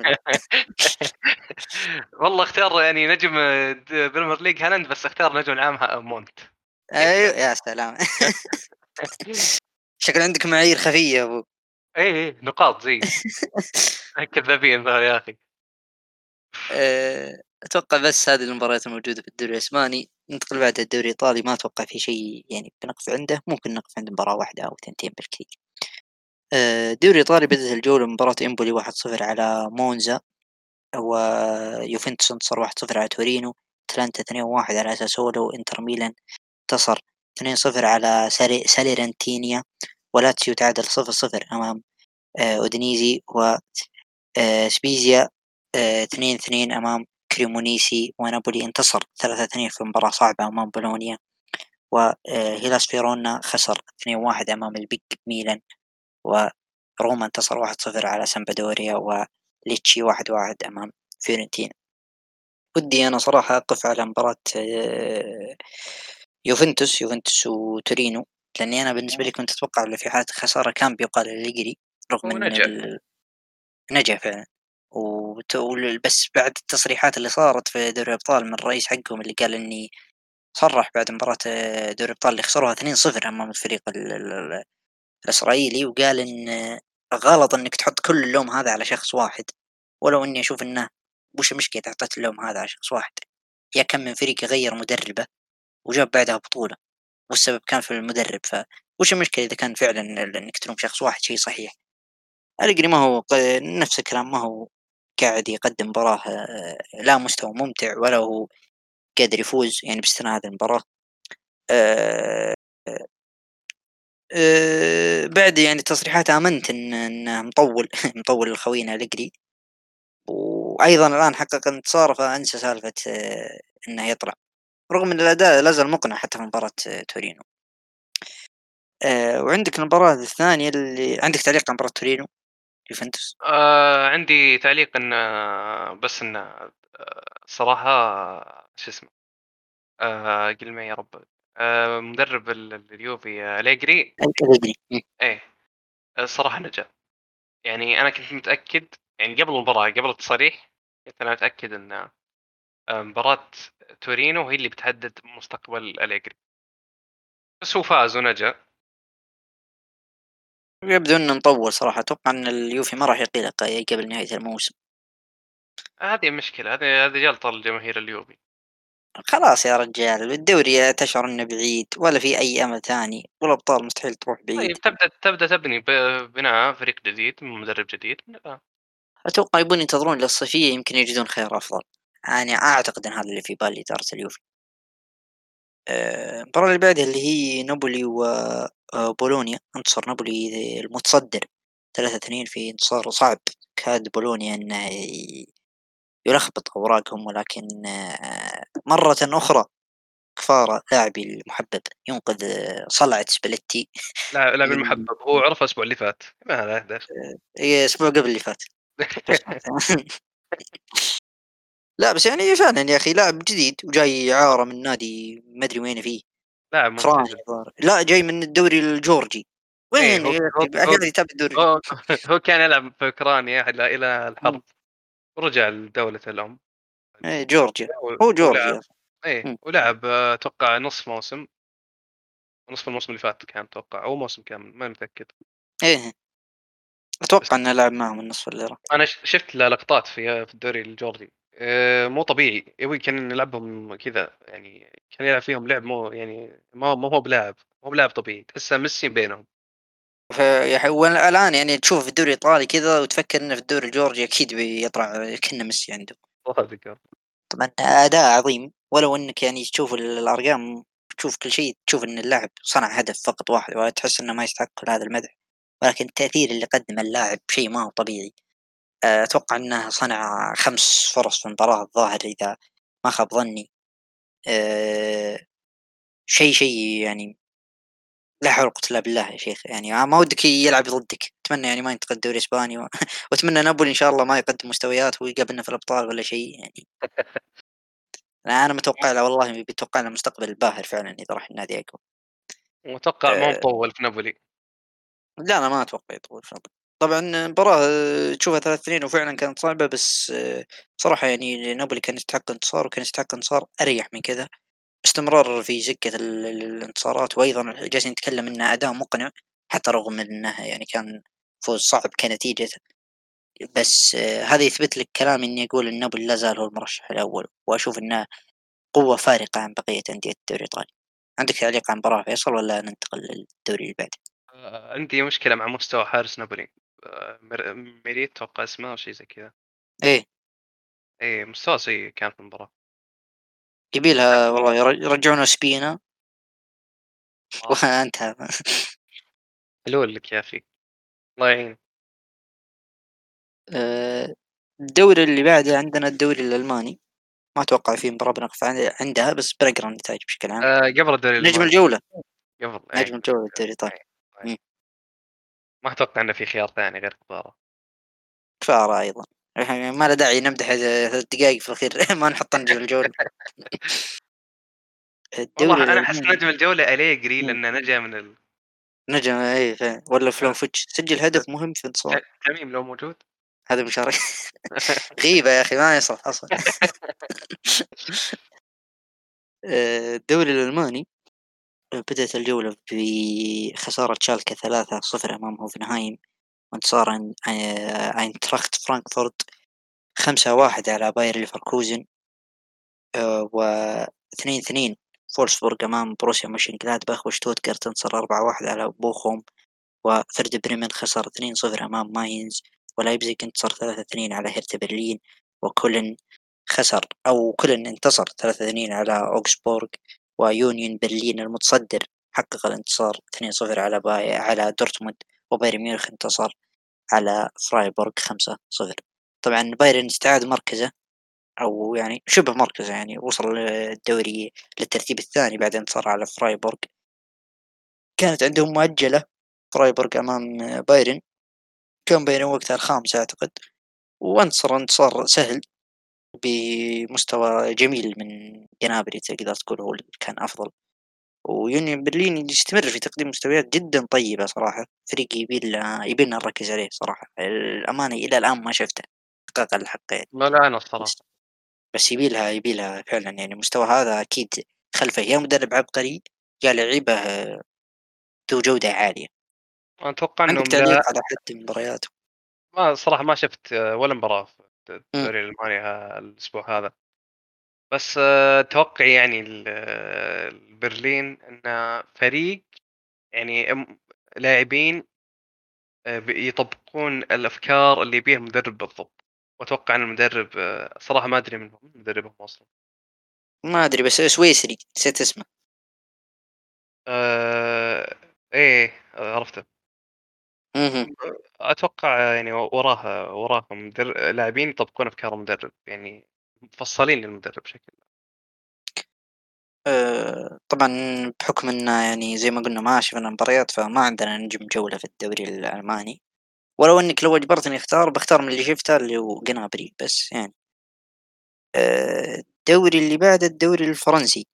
والله اختار يعني نجم بريمير ليج هالاند، بس اختار نجم العام مونت. كيف أيوه يعني؟ يا سلام. شكل عندك معايير خفية يا أبو. إيه، نقاط زيي. كذابين ذول يا أخي. أتوقع بس هذه المباريات الموجودة في الدوري الإسباني، ننتقل بعد الدوري الإيطالي. ما أتوقع في شيء يعني بنقف عنده، ممكن نقف عند مباراة واحدة أو ثنتين بالكثير. الدوري الإيطالي بدأت الجولة بمباراة إمبولي 1-0 على مونزا، ويوفنتوس انتصر 1-0 على تورينو، أتلانتا 2-1 على ساسولو، إنتر ميلان انتصر 2-0 على ساليرنتينيا، ولاتسيو تعادل 0-0 أمام أودينيزي، و سبيزيا 2-2 أمام كريمونيسي، ونابولي انتصر 3-2 في مباراة صعبة أمام بولونيا، وهيلاس فيرونا خسر 2-1 أمام البيج ميلان، وروما انتصر 1-0 على سامبدوريا، وليتشي 1-1 أمام فيورنتينا. ودي أنا صراحة أقف على مباراة يوفنتوس وتورينو، لأني أنا بالنسبة لي كنت أتوقع إنه في حالة خسارة كان بيقال أليجري، رغم إن ونجح. نجح فعلًا. بس بعد التصريحات اللي صارت في دوري الأبطال من الرئيس حقهم، اللي قال إني صرح بعد مباراة دوري الأبطال اللي خسروها 2-0 أمام الفريق ال الإسرائيلي، وقال إن غلط إنك تحط كل اللوم هذا على شخص واحد، ولو إني أشوف إنه وش المشكلة إذا حطيت اللوم هذا على شخص واحد؟ يا كم من فريق غيّر مدربه وجاب بعدها بطولة، والسبب كان في المدرب، فوش المشكلة إذا كان فعلًا إنك تلوم شخص واحد شيء صحيح. أليجري ما هو نفس الكلام، ما هو قاعد يقدم مباراة لا مستوى ممتع، ولا هو قادر يفوز يعني باستثناء هذه المباراة. آآ بعد يعني تصريحات آمنت إنه مطوّل مطوّل لخوينا أليجري، وأيضًا الآن حقق انتصار، فأنسى سالفة إنه يطلع، رغم إن الأداء لا زال مقنع حتى في مباراة تورينو. وعندك المباراة الثانية اللي عندك تعليق على مباراة تورينو يوفنتوس؟ عندي تعليق إن بس إن الصراحة شو اسمه، قل معي يا رب، مدرب اليوفي أليجري. أليجري. إيه، الصراحة نجح. يعني أنا كنت متأكد، يعني قبل المباراة، قبل التصاريح، كنت أنا متأكد إن مباراة تورينو هي اللي بتحدد مستقبل أليجري، بس هو فاز ونجا. يبدو إنه مطوّل صراحة، أتوقع إن اليوفي ما راح يطيله قبل نهاية الموسم. هذه المشكلة، هذه جلطة لجماهير اليوفي. خلاص يا رجال، الدوري تشعر إنه بعيد، ولا في أي أمل ثاني، والأبطال مستحيل تروح بعيد. طيب تبدأ تبني بناء فريق جديد من مدرب جديد من الآن. أتوقع يبون ينتظرون للصيفية، يمكن يجدون خيار أفضل. يعني أعتقد إن هذا اللي في بال إدارة اليوفي. المباراة اللي بعدها اللي هي نابولي بولونيا، انتصر نابولي المتصدر 3-2 في انتصار صعب. كاد بولونيا إنه يلخبط أوراقهم، ولكن مرة أخرى كفارة لاعبي المحبب ينقذ صلعة سباليتي. لاعب من المحبب هو عرفه الأسبوع اللي فات، ما هذا أهداف. الأسبوع قبل اللي فات. لا بس يعني فعلا يا أخي لاعب جديد وجاي إعارة من نادي ما أدري وين فيه، لاعب أوكراني معتزل. الظاهر، لا جاي من الدوري الجورجي. إيه، وين هو يا هو أخي هو قاعد يتابع الدوري. هو هو كان يلعب في أوكرانيا إلى إمم. الحرب، ورجع لدولة الأم اللي إيه هو جورجيا. جورجيا، هو جورجيا ولعب. أصلًا. إيه، إمم. ولعب أتوقع نصف موسم، نصف الموسم اللي فات كان أتوقع، أو موسم كامل ما متأكد. إيه بس أتوقع إنه لعب معهم النصف الليرة. أنا شفت له لقطات في الدوري الجورجي، مو طبيعي، يبي كان يلعبهم كذا يعني، كان يلعب فيهم لعب مو يعني ما هو بلاعب، مو بلاعب طبيعي، تحسه ميسي بينهم. والآن يعني تشوفه في الدوري الإيطالي كذا وتفكر إنه في الدوري الجورجي أكيد بيطلع كأنه ميسي عنده. صادق. طبعًا أداء عظيم، ولو إنك يعني تشوف الأرقام، تشوف كل شيء، تشوف إن اللاعب صنع هدف فقط واحد وتحس إنه ما يستحق كل هذا المدح، ولكن التأثير اللي قدمه اللاعب شيء ما هو طبيعي. أتوقع إنه صنع 5 فرص في المباراة الظاهر إذا ما خاب ظني. آآ شيء يعني لا حول ولا قوة إلا بالله يا شيخ، يعني ما ودك يلعب ضدك، أتمنى يعني ما ينتقل الدوري الإسباني وأتمنى نابولي إن شاء الله ما يقدم مستويات ويقابلنا في الأبطال ولا شيء يعني. أنا متوقع له والله بيتوقع له مستقبل باهر فعلًا إذا راح النادي أقوى. وأتوقع ما هو آآ مطوّل في نابولي. لا أنا ما أتوقع يطول في نابولي. طبعًا المباراة تشوفها 3-2 وفعلًا كانت صعبة، بس بصراحة يعني نابولي كان يستحق انتصار وكان يستحق انتصار أريح من كذا. استمرار في سكة الانتصارات، وأيضًا جالسين نتكلم إنه أداء مقنع، حتى رغم إنه يعني كان فوز صعب كنتيجة. بس هذا يثبت لك كلامي إني أقول إن نابولي لا زال هو المرشح الأول، وأشوف إنه قوة فارقة عن بقية أندية الدوري الإيطالي. عندك تعليق عن المباراة فيصل والّا ننتقل للدوري اللي بعده؟ عندي مشكلة مع مستوى حارس نابولي. ميريت أتوقع اسمه أو شيء زي كذا. إيه، إيه مستواه سيء كان في المباراة. يبي لها والله يرجعون أوسبينا آه، وانتهى. حلول لك يا أخي، الله يعين. الدوري اللي بعده عندنا الدوري الألماني، ما أتوقع في مباراة بنقف عندها، بس بنقرا النتايج بشكل عام. قبل الدوري نجم الألماني. الجولة، قبل نجم إيه. الجولة الدوري الإيطالي. إيه. إيه. إمم، ما أتوقع إنه في خيار ثاني غير كفارة. كفارة أيضًا. يعني ما له داعي نمدح 3 دقايق في الأخير ما نحط نجم الجولة. والله الدوري أنا أحس الألماني. نجم الجولة أليجري إمم، لأنه نجا من نجم أي فعلًا والّا آه، فلوفيتش سجل هدف مهم في انتصار. تميم لو موجود. هذا مشاركة غيبة يا أخي ما يصلح أصلًا. الدوري الألماني بدأت الجولة بخسارة شالكة 3-0 أمام هوفنهايم، وانتصار أينتراخت فرانكفورت 5-1 على باير ليفركوزن، و2-2 فولسبورغ أمام بروسيا مönchengladbach، وشتوتغارت انتصر 4-1 على بوخوم، وفرد بريمن خسر 2-0 أمام ماينز، ولايبزيج انتصر 3-2 على هيرتا برلين، وكولن كولن انتصر 3-2 على أوغسبورغ، ويونيون برلين المتصدر حقق الانتصار 2-0 على دورتموند، وبايرن ميونخ انتصر على فرايبورغ 5-0. طبعا بايرن استعاد مركزه، أو يعني شبه مركزه، يعني وصل الدوري للترتيب الثاني بعد انتصار على فرايبورغ. كانت عندهم مؤجلة فرايبورغ أمام بايرن، كان بايرن وقتها الخامس أعتقد، وانتصر انتصار سهل بمستوى جميل من جنابري تقدر تقول هو اللي كان أفضل. ويونيون برلين يستمر في تقديم مستويات جدا طيبة صراحة، فريق يبيلنا نركز عليه صراحة، الأمانة إلى الآن ما شفته حقق الحق يعني. لا لا أنا الصراحة. بس, بس يبيلها فعلا يعني المستوى هذا أكيد خلفه يا مدرب عبقري يا لعيبة ذو جودة عالية. أنا أتوقع عندك إنهم تعليق لا. على حد مبارياته؟ ما صراحة ما شفت ولا مباراة في مم. الدوري الألماني الأسبوع هذا. بس توقعي يعني برلين إنه فريق يعني لاعبين يطبقون الأفكار اللي يبيها المدرب بالضبط. وأتوقع إن المدرب صراحة ما أدري من هو مدربهم أصلا. ما أدري بس سويسري نسيت اسمه. آه، إيه عرفته. مهم. أتوقع يعني وراهم لاعبين يطبقون أفكار المدرب يعني مفصلين للمدرب بشكل. طبعا بحكم انه يعني زي ما قلنا ما شفنا مباريات فما عندنا نجم جولة في الدوري الألماني، ولو انك لو اجبرتني اختار بختار من اللي شفته اللي هو جنابري بس يعني. الدوري اللي بعده الدوري الفرنسي.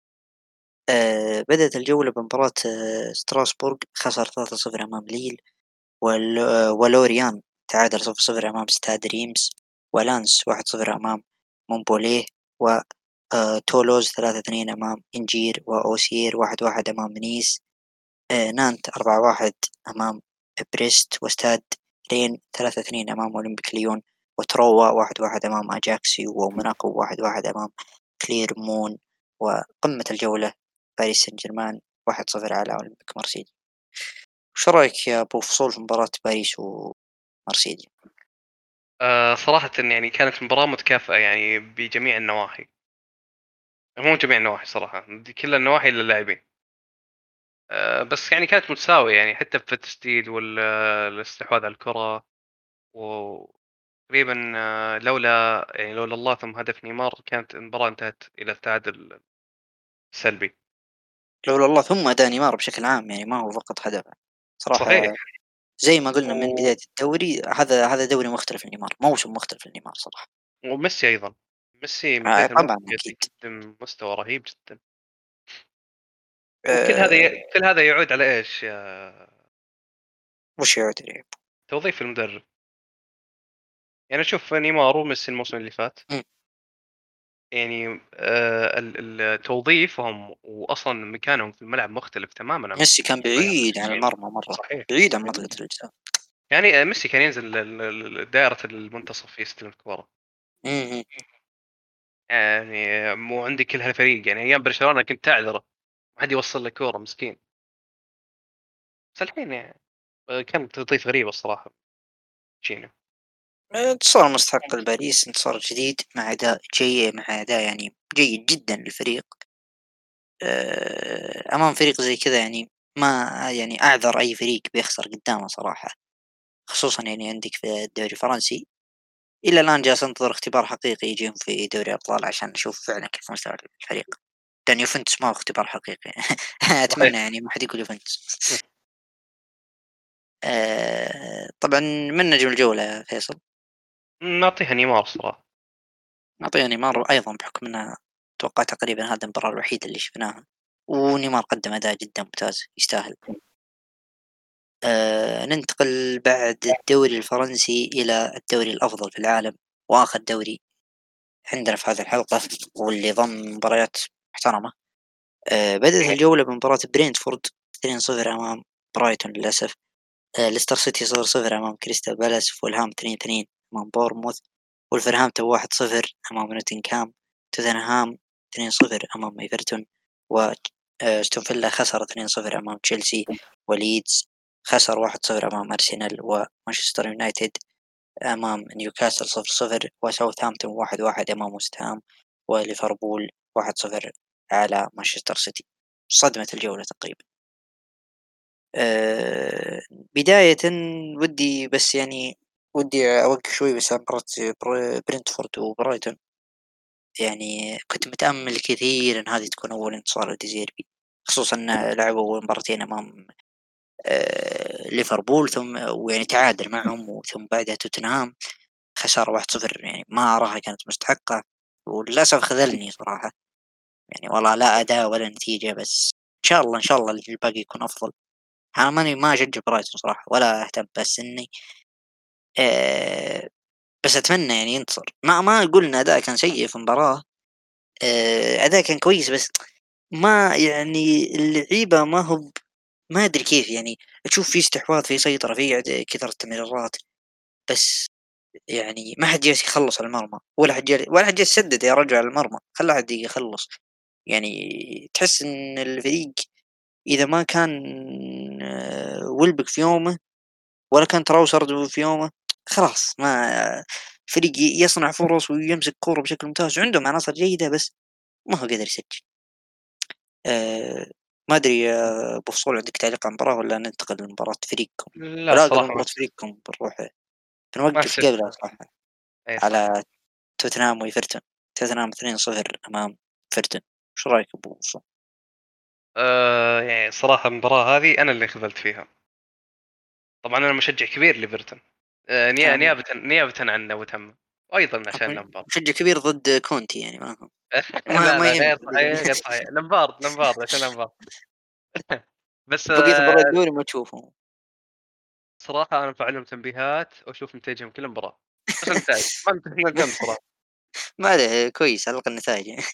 بدأت الجولة بمباراة ستراسبورغ خسر 3-0 أمام ليل، ولوريان تعادل 0-0 أمام ستاد ريمس، ولانس 1-0 أمام مونبوليه، و تولوز 3-2 أمام إنجير، وأوسير 1-1 أمام نيس، نانت 4-1 أمام بريست، وستاد رين 3-2 أمام أولمبيك ليون، وتروا 1-1 أمام أجاكسيو، وموناكو 1-1 أمام كليرمون، وقمة الجولة باريس سان جيرمان 1-0 على أولمبيك مارسيليا. وش رأيك يا أبو فصول في مباراة باريس ومارسيليا؟ صراحةً يعني كانت مباراة متكافئة يعني بجميع النواحي. مو جميع النواحي صراحة، كل النواحي إلا اللاعبين. بس يعني كانت متساوية يعني حتى في التسديد الاستحواذ على الكرة. وتقريبًا لولا الله ثم هدف نيمار كانت المباراة انتهت إلى التعادل سلبي. لولا الله. ثم أداء نيمار بشكل عام يعني ما هو فقط هدف صحيح. صراحة. زي ما قلنا من و بداية الدوري، هذا دوري مختلف لنيمار، موسم مختلف لنيمار صراحة. وميسي أيضًا، ميسي من بداية الموسم طبعًا جالس أكيد. يقدم مستوى رهيب جدًا. وكل هذا آآ كل هذا يعود على إيش يا وش يعود عليه؟ توظيف المدرب. يعني أشوف نيمار وميسي الموسم اللي فات، إمم. يعني توظيفهم وأصلًا مكانهم في الملعب مختلف تمامًا عن ميسي كان باقي بعيد عن المنافسين. المرمى مرة، صحيح. بعيد عن منطقة الجزاء. يعني ميسي كان ينزل دائرة المنتصف يستلم الكورة. إمم، إمم. يعني مو عندي كل هالفريق، يعني أيام برشلونة كنت تعذره، ما حد يوصل له كورة مسكين. بس الحين يعني كان تضيف غريبة الصراحة تشينا. انتصار مستحق لباريس، انتصار جديد مع أداء مع أداء يعني جيد جدًا للفريق. أمام فريق زي كذا يعني ما يعني أعذر أي فريق بيخسر قدامه صراحة، خصوصًا يعني عندك في الدوري الفرنسي. إلى الآن جالس أنتظر اختبار حقيقي يجيهم في دوري الأبطال عشان أشوف فعلًا كيف مستوى الفريق، لأن يوفنتوس ما هو اختبار حقيقي. أتمنى صحيح. يعني ما حد يقول يوفنتوس. طبعًا من نجم الجولة يا فيصل؟ نعطيها نيمار الصراحة. نعطيها نيمار أيضًا بحكم أنها أتوقع تقريبًا هذه المباراة الوحيدة اللي شفناها، ونيمار قدم أداء جدًا ممتاز يستاهل. ننتقل بعد الدوري الفرنسي إلى الدوري الأفضل في العالم، وآخر دوري عندنا في هذه الحلقة، واللي ضم مباريات محترمة. بدأت صحيح. الجولة بمباراة برينتفورد 2-0 أمام برايتون للأسف. ليستر سيتي 0-0 أمام كريستال بالاس. فولهام 2-2 أمام بورنموث. وولفرهامبتون 1-0 أمام نوتنغهام. توتنهام 2-0 أمام إيفرتون. و أستون فيلا خسر 2-0 أمام تشيلسي. وليدز خسر 1-0 أمام أرسنال. ومانشستر يونايتد أمام نيوكاسل 0-0. وساوثهامبتون 1-1 أمام وست هام. وليفربول 1-0 على مانشستر سيتي. صدمة الجولة تقريبا. بداية ودي بس يعني ودي أوقف شوي بس عن مباراة برينتفورد وبرايتون. يعني كنت متأمل كثير إن هذه تكون أول انتصار لديزيربي، خصوصا أن لعبوا أول مباراتين أمام ليفربول، ثم ويعني تعادل معهم، وثم بعدها توتنهام خسارة 1-0 يعني ما أراها كانت مستحقة. وللأسف خذلني صراحة، يعني والله لا أداء ولا نتيجة. بس إن شاء الله إن شاء الله الباقي يكون أفضل. أنا ما أشجع برايتون صراحة ولا أهتم، بس إني آآ بس أتمنى يعني ينتصر. ما أقول إن أداءه كان سيء في المباراة. أداءه كان كويس، بس ما يعني اللعيبة ما أدري كيف يعني. تشوف في استحواذ، في سيطرة، في كثرة تمريرات، بس يعني ما حد جالس يخلص على المرمى، ولا حد جالس يسدد يا رجل على المرمى، خلّي أحد يخلص. يعني تحس إن الفريق إذا ما كان ويلبك في يومه، ولا كان تراوسرد في يومه، خلاص ما فريق يصنع فرص ويمسك كورة بشكل ممتاز، وعندهم عناصر جيدة، بس ما هو قادر يسجل. ما أدري يا أبو فصول، عندك تعليق على المباراة والّا ننتقل لمباراة فريقكم؟ لا لا، قبل الصراحة مباراة فريقكم بنروح ما بنوقف أحسب. قبلها صح أي صح. على توتنهام وإيفرتون. توتنهام 2-0 أمام إيفرتون. وش رأيك أبو فصول؟ يعني صراحة المباراة هذه أنا اللي خذلت فيها. طبعًا أنا مشجع كبير لإيفرتون، أنا نيابةً عن وتم، وأيضًا عشان لامبارد. مشجع كبير ضد كونتي يعني ما هو لا، ما لا، يهمك غير صحيح، غير صحيح. لامبارد عشان لامبارد. بس بقية مباريات الدوري ما تشوفهم. صراحة أنا مفعّل لهم تنبيهات وأشوف نتايجهم كل مباراة، بس النتايج ما نهتم صراحة. ما عليه كويس، على الأقل النتايج يعني.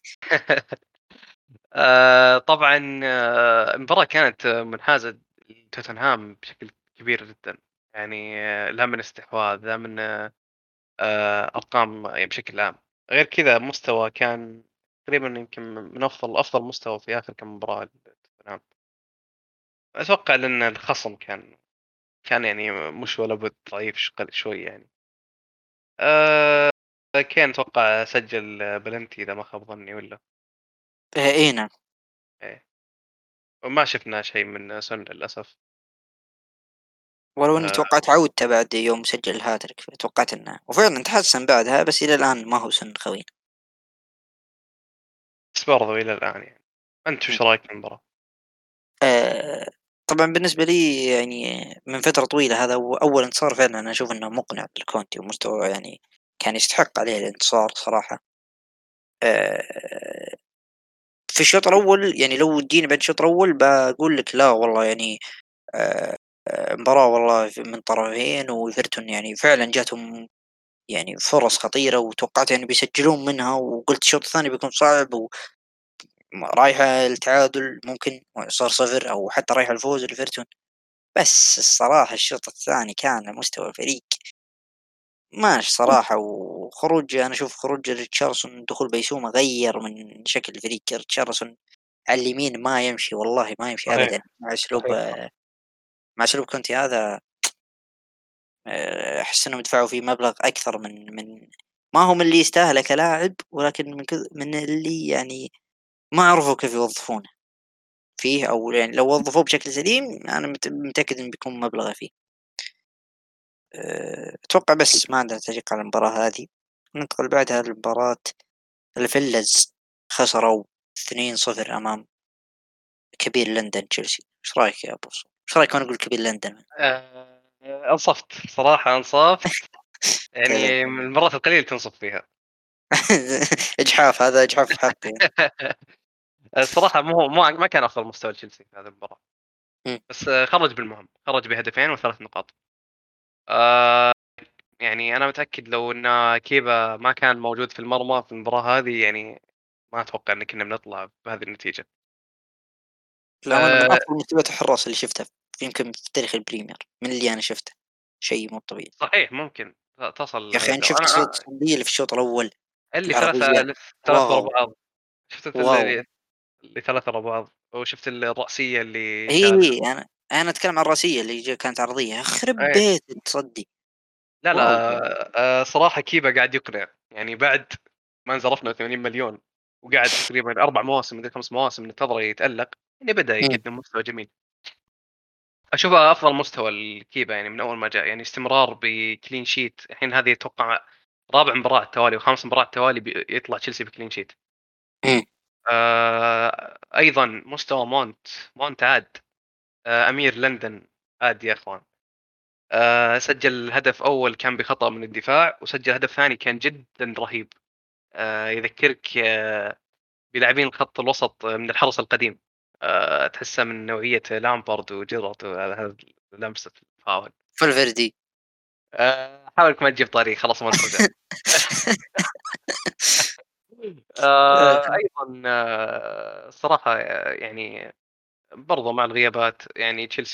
طبعًا المباراة كانت منحازة لتوتنهام بشكل كبير جدًا. يعني لا من استحواذ، لا من أرقام يعني بشكل عام. غير كذا مستوى كان تقريبًا يمكن من أفضل مستوى في آخر كم مباراة لتوتنهام. أتوقع لأن الخصم كان يعني مش ولا بد ضعيف شوي يعني. آآ كين أتوقع سجّل بلنتي إذا ما خاب ظني والّا إي نعم. إيه. وما شفنا شيء من سون للأسف. ولو إني آآ توقعت عودته بعد يوم سجل الهاتريك، توقعت إنه وفعلًا تحسن بعدها، بس إلى الآن ما هو سن خوينا. بس برضو إلى الآن يعني. أنت إمم. وش رأيك في المباراة؟ آآ طبعًا بالنسبة لي يعني من فترة طويلة هذا هو أول انتصار فعلًا أنا أشوف إنه مقنع لكونتي ومستواه يعني كان يستحق عليه الانتصار صراحة. آآ في الشوط الأول يعني لو تجيني بعد الشوط الأول باقول لك لا والله يعني آآ مباراة والله من طرفين وإيفرتون يعني فعلًا جاتهم يعني فرص خطيرة وتوقعت يعني بيسجلون منها وقُلت الشوط الثاني بيكون صعب رايحة التعادل ممكن صار 0 أو حتى رايحة الفوز لإيفرتون. بس الصراحة الشوط الثاني كان مستوى الفريق ماشي صراحة، وخروج أنا أشوف خروج ريتشارلسون دخول بيسوما غيّر من شكل الفريق. ريتشارلسون على اليمين ما يمشي والله ما يمشي صحيح، أبدًا مع أسلوب صحيح، صح. مع أسلوب كونتي هذا. أحس إنهم دفعوا فيه مبلغ أكثر من ما هو من اللي يستاهله كلاعب، ولكن من اللي يعني ما عرفوا كيف يوظفونه فيه، أو يعني لو وظفوه بشكل سليم أنا متأكد إنه بيكون مبلغه فيه. أتوقع بس ما عندنا تعليق على المباراة هذه، ننتقل بعدها لمباراة الفيلز. خسروا 2-0 أمام كبير لندن تشيلسي. إيش رأيك يا بوصو؟ إيش رأيك وأنا أقول كبير لندن؟ أنصفت، صراحة أنصفت، ت يعني من المرات القليلة اللي تنصف فيها. إجحاف، هذا إجحاف في حقي. الصراحة ما كان أفضل مستوى لتشيلسي في هذه المباراة، إمم، بس خرج بالمهم، خرج بهدفين و3 نقاط. آآ يعني أنا متأكد لو إن كيبا ما كان موجود في المرمى في المباراة هذه، يعني ما أتوقع إن كنا بنطلع بهذه النتيجة. للأمانة من آآ أفضل منتديات الحراس اللي شفتها يمكن في تاريخ البريمير، من اللي أنا شفته، شيء مو طبيعي. صحيح، ممكن تصل يا أخي لهذه أنا شُفت أنا صوت السعودية اللي في الشوط الأول اللي العرضية، 3 ورا واو، بعض، شُفت واو! اللي 3 ورا بعض، وشُفت الرأسية اللي شالها. هي أنا أتكلم عن الرأسية اللي كانت عرضية، يخرب إيه. بيت تصدي، لا، واو! صراحة كيبا قاعد يقنع، يعني بعد ما انصرفنا 80 مليون وقعد تقريبًا 4 مواسم مدري 5 مواسم ننتظره يتألق، يعني بدأ إمم، يقدم مستوى جميل. أشوفه أفضل مستوى لكيبا يعني من أول ما جاء، يعني استمرار بclean sheet. الحين هذه أتوقع رابع مباراة على التوالي و5 مباريات على التوالي يطلع تشيلسي بclean sheet. إمم، أيضًا مستوى مونت عاد، أمير لندن عاد يا أخوان. سجّل هدف أول كان بخطأ من الدفاع، وسجّل هدف ثاني كان جدًا رهيب. يذكّرك بلاعبين الخط الوسط من الحرس القديم. تحسّه من نوعية لامبارد وجيرارد هذا لمسة الفاول. فالفيردي. حاول إنك ما تجيب طاري، خلاص ما نترجع. آآ، أيضًا الصراحة يعني برضه مع الغيابات، يعني تشيلسي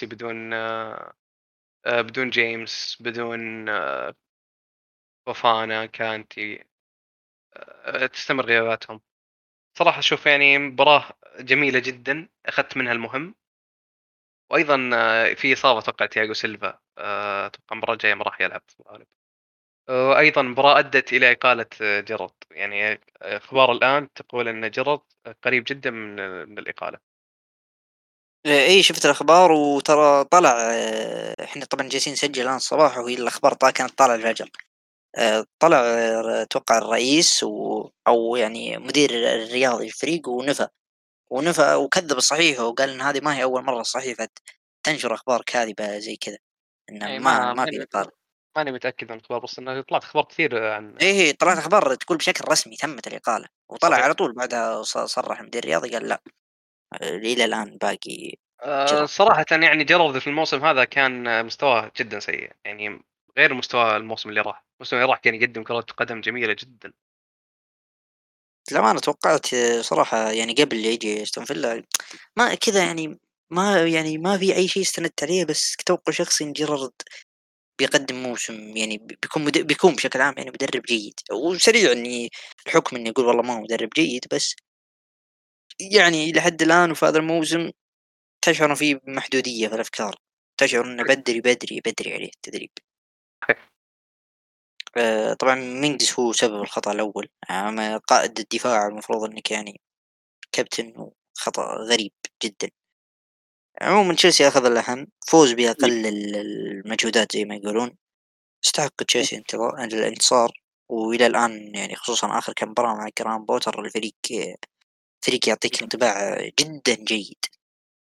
بدون جيمس، بدون فوفانا، كانتي، تستمر غياباتهم. صراحة أشوف يعني مباراة جميلة جدًا، أخذت منها المهم. وأيضًا في إصابة أتوقع تياغو سيلفا، أتوقع المباراة الجاية ما راح يلعب في الغالب. وأيضًا مباراة أدت إلى إقالة جيرارد، يعني أخبار الآن تقول أن جيرارد قريب جدًا من الإقالة. إي شُفت الأخبار وترى طلع إحنا طبعًا جالسين نسجل الآن الصباح وهي الأخبار كانت طالعة الفجر. طلع أتوقع الرئيس أو يعني مدير الرياضي للفريق ونفى وكذب الصحيفة وقال إن هذه ما هي أول مرة الصحيفة تنشر أخبار كاذبة زي كذا، إنه يعني ما في إقالة. ماني متأكد من الأخبار، بس إنه طلعت أخبار كثير عن. إيه، طلعت أخبار تقول بشكل رسمي تمت الإقالة، وطلع صحيح. على طول بعدها صرح المدير الرياضي قال لأ، إلى الآن باقي إجراء. صراحةً يعني جيرارد في الموسم هذا كان مستواه جدًا سيء، يعني غير مستوى الموسم اللي راح. الموسم اللي راح كان يقدم كرة قدم جميلة جدًا. للأمانة توقعت صراحة يعني قبل لا ييجي أستون فيلا ما كذا يعني ما في أي شيء استندت عليه، بس كتوقع شخصي إن جيرارد بيقدم موسم يعني بيكون بشكل عام يعني مدرب جيد، وسريع إني الحكم إني أقول والله ما هو مدرب جيد، بس يعني لحد الآن وفي هذا الموسم تشعر فيه بمحدودية في الأفكار، تشعر إنه بدري عليه التدريب. صحيح. طبعًا مينجز هو سبب الخطأ الأول، قائد الدفاع المفروض إنك يعني كابتن، وخطأ غريب جدًا. عمومًا تشيلسي أخذ الأهم، فوز أكيد. بأقل المجهودات زي ما يقولون. يستحق تشيلسي الانتصار، وإلى الآن يعني خصوصًا آخر كام مباراة مع جرام بوتر الفريق يعطيك انطباع جدًا جيد.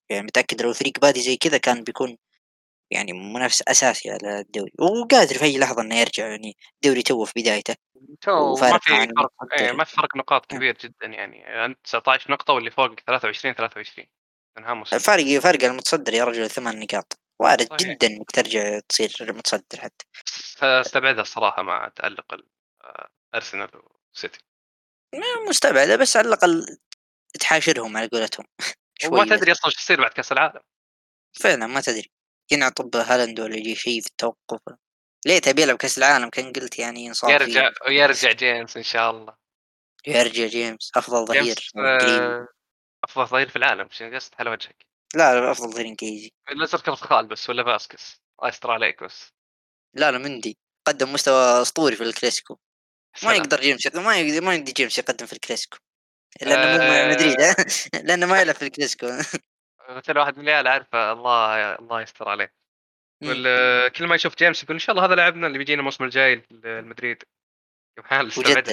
يعني متأكد لو الفريق بادي زي كذا كان بيكون يعني منافس أساسي على الدوري، وقادر في أي لحظة إنه يرجع، يعني الدوري توه في بدايته ما وفارق في عن فرق المتصدر. ما في فرق نقاط نعم. كبير جدًا يعني، أنت 19 نقطة واللي فوقك 23 انهى الموسم. فارق المتصدر يا رجل 8 نقاط، وارد صحيح. جدا انك ترجع تصير متصدر حتى. أستبعدها الصراحة مع تألق أرسنال وسيتي. مستبعدة، بس على الأقل تحاشرهم على قولتهم وما شوي بس. تدري أصلًا إيش يصير بعد كأس العالم. فعلا ما تدري، ينعطب هالاند ولا يجي شيء في التوقف. ليته بيلعب كأس العالم، كان قلت يعني ينصاب فيه. يرجع جيمس إن شاء الله. يرجع جيمس أفضل ظهير جيمس إنجليزي. أفضل ظهير في العالم، إيش قصد على وجهك؟ لا لا، أفضل ظهير إنجليزي. نزل كارفخال بس والّا فاسكيز؟ الله يستر عليك بس. لا لا، مندي قدم مستوى أسطوري في الكلاسيكو. يا ما سلام! يقدر جيمس ما يقدر جيمس يقدم في الكلاسيكو، لأنه مو آآ مدريد لأنه ما يلعب في الكلاسيكو مثل واحد من العيال أعرفه، الله يستر عليه. إمم. كل ما يشوف جيمس يقول إن شاء الله هذا لاعبنا اللي بيجينا الموسم الجاي لمدريد. يا محال استبعدها. وجدد.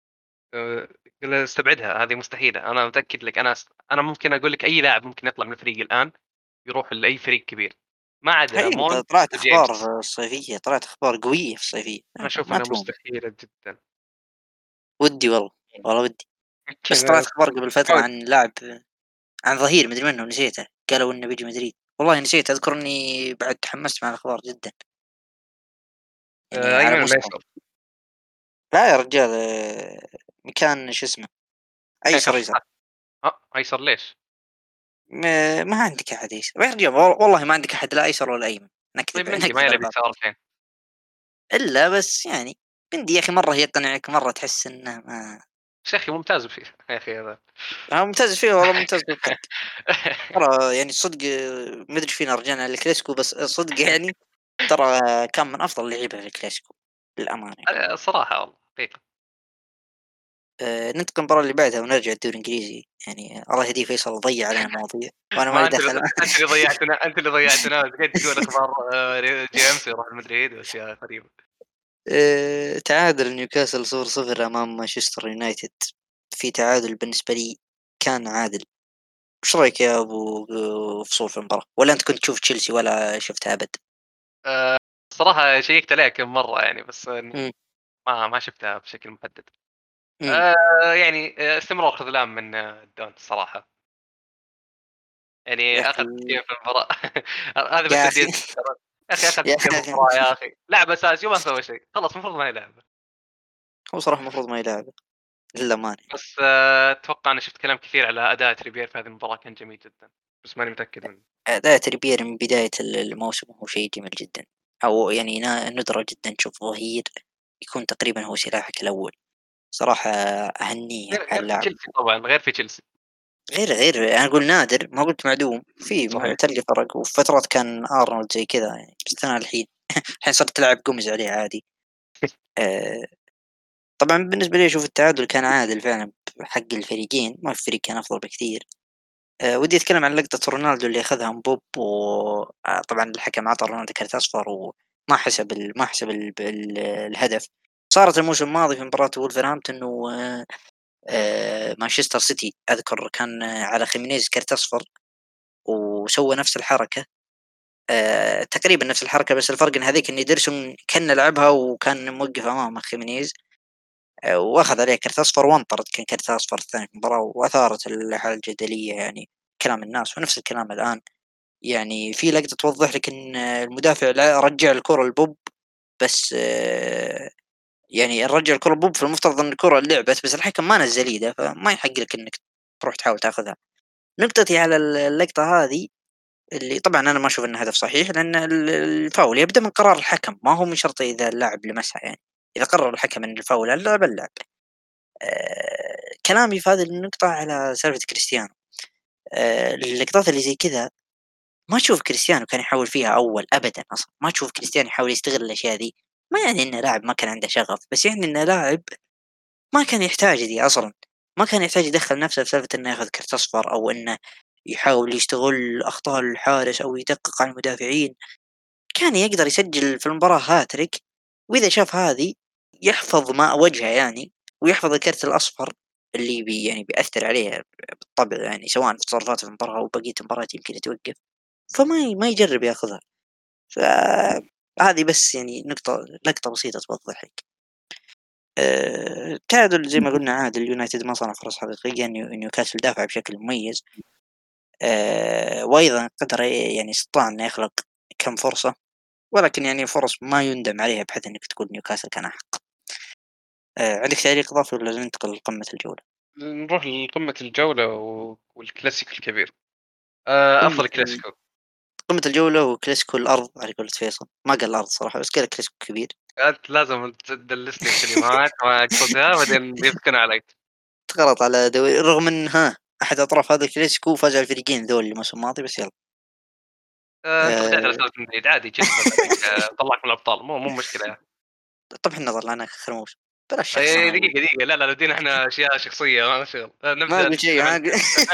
قُل استبعدها، هذه مستحيلة. أنا متأكد لك، أنا ممكن أقول لك أي لاعب ممكن يطلع من الفريق الآن يروح لأي فريق كبير، ما عدا هي أنت مونت طلعت أخبار وجيمس. في الصيفية، طلعت أخبار قوية في الصيفية، أنا أشوف ما إنها تلوم. مستحيلة جدًا. ودي والله، والله ودي. بس يمكن طلعت أخبار قبل فترة حاول. عن لاعب، عن ظهير مدري منه نسيته، قالوا إنه بيجي مدريد، والله نسيت، أذكر إني بعد تحمست مع الأخبار جدًا، يعني على أيمن والّا مستوى. أيسر؟ لا يا رجال، مكان شو اسمه، أيسر، أيسر. كارفخال. أيسر ليش؟ ما عندك أحد أيسر يا رجال، والله ما عندك أحد لا أيسر ولا أيمن، طيب نكذب مندي ما نكذب على يلعب بعض. يسار الحين. إلا بس يعني بندي يا أخي مرة يقنعك، مرة تحس إنه ما. بس يا أخي ممتاز فيه يا أخي هذا. ممتاز فيه والله، ممتاز بالحق. ترى يعني صدق، ما أدري فينا رجعنا للكلاسيكو، بس صدق يعني ترى كان من أفضل اللعيبة في الكلاسيكو للأمانة يعني. الصراحة والله حقيقة. ننتقل للمباراة اللي بعدها ونرجع الدوري الإنجليزي، يعني الله يهديه فيصل ضيّع علينا مواضيع وأنا ما لي ما دخل. أنت اللي ضيعتنا قاعد تقول أخبار جيمس يروح لمدريد وأشياء غريبة. تعادل نيوكاسل 0-0 أمام مانشستر يونايتد، في تعادل بالنسبة لي كان عادل. وش رأيك يا أبو فصول في المباراة؟ والّا أنت كنت تشوف تشيلسي ولا شفتها أبد؟ الصراحة شيكت عليها كم مرة يعني، بس إني إمم. ما شفتها بشكل محدد. إمم. يعني استمرار خذلان من الدون الصراحة. يا يعني أخي، أخذ تسديدة في المباراة. هذه بس يا أخي، تسديدة يا أخي أخذ يا تسديدة في أخي، المباراة يا أخي، لاعب أساسي وما سوى شيء، خلاص المفروض ما يلعب. هو صراحة المفروض ما يلعبه للأمانة. بس أتوقع أنا شفت كلام كثير على أداء تريبير في هذه المباراة كان جميل جدًا، بس ماني متأكد منه. أداء تريبير من بداية الموسم هو شيء جميل جدًا، أو يعني ندرة جدًا تشوف ظهير يكون تقريبًا هو سلاحك الأول، صراحة أهنيه على غير في اللاعب. تشيلسي طبعًا، غير في تشيلسي. غير أنا أقول نادر، ما قلت معدوم، في صحيح. تلقى فرق، وفي فترات كان أرنولد زي كذا يعني، بس أنا الحين الحين صرت تلعب قمز عليه عادي. آآ، طبعًا بالنسبة لي أشوف التعادل كان عادل فعلًا بحق الفريقين، ما في فريق كان أفضل بكثير. ودي أتكلم عن لقطة رونالدو اللي أخذها مبوب، و طبعًا الحكم عطى رونالدو كرت أصفر وما حسب ما حسب الهدف. صارت الموسم الماضي في مباراة وولفرهامبتون مانشستر سيتي، أذكر كان على خيمينيز كرت أصفر وسوى نفس الحركة، تقريبًا نفس الحركة، بس الفرق إن هذيك إن إيدرسون كان لعبها وكان موقف أمامه خيمينيز، وأخذ عليه كرت أصفر وانطرد، كان كرت أصفر الثاني في المباراة، وأثارت الحالة الجدلية يعني كلام الناس، ونفس الكلام الآن. يعني في لقطة توضح لك إن المدافع رجّع الكرة لبوب، بس يعني رجّع الكرة لبوب، فالمفترض إن الكرة لعبت، بس الحكم ما نزّل إيده، فما يحق لك إنك تروح تحاول تاخذها. نقطتي على اللقطة هذه، اللي طبعًا أنا ما أشوف إنه هدف صحيح، لأن الفاول يبدأ من قرار الحكم، ما هو من شرط إذا اللاعب لمسها يعني، إذا قرر الحكم إن الفاول على اللاعب، اللاعب. كلامي في هذه النقطة على سالفة كريستيانو، اللقطات اللي زي كذا ما تشوف كريستيانو كان يحاول فيها أول أبدًا أصلًا، ما تشوف كريستيانو يحاول يستغل الأشياء ذي، ما يعني إنه لاعب ما كان عنده شغف، بس يعني إنه لاعب ما كان يحتاج ذي أصلًا، ما كان يحتاج يدخّل نفسه في سالفة إنه ياخذ كرت أصفر، أو إنه يحاول يستغل أخطاء الحارس أو يدقق على المدافعين. كان يقدر يسجل في المباراة هاتريك، وإذا شاف هذي يحفظ ما وجهه يعني، ويحفظ الكرت الأصفر، اللي يعني بيأثر عليه بالطبع يعني سواء في تصرفاته في المباراة أو بقية المباريات يمكن يتوقف، فما يجرب ياخذها. فهذه بس يعني لقطة بسيطة توضح لك. التعادل زي ما قلنا عاد اليونايتد ما صنع فرص حقيقية، نيوكاسل دافع بشكل مميز. وأيضًا قدر يعني استطاع إنه يخلق كم فرصة، ولكن يعني فرص ما يُندم عليها بحيث إنك تقول نيوكاسل كان أحق. عندك تعليق إضافي والّا ننتقل لقمة الجولة؟ نروح لقمة الجولة والكلاسيكو الكبير. قمة أفضل كلاسيكو. قمة الجولة هو كلاسيكو الأرض على قولة فيصل، ما قال الأرض صراحة بس قال كلاسيكو كبير. أنت لازم تدلّسني بكلمات ما أقصدها بعدين بيفتكون علي. تغلط على رغم إن أحد أطراف هذا الكلاسيكو فاز على الفريقين ذول الموسم الماضي بس يالّا. أنت بدأت على آآ سالفة مدريد عادي جدة بعدين طلّعك من الأبطال مو مشكلة يعني. طب إحنا طلعناك آخر موسم، بلاش شخصنة دقيقة لا لا بدينا إحنا أشياء شخصية ما لنا شغل. ما نبدأ قُلت شيء نتكلم ما عن ق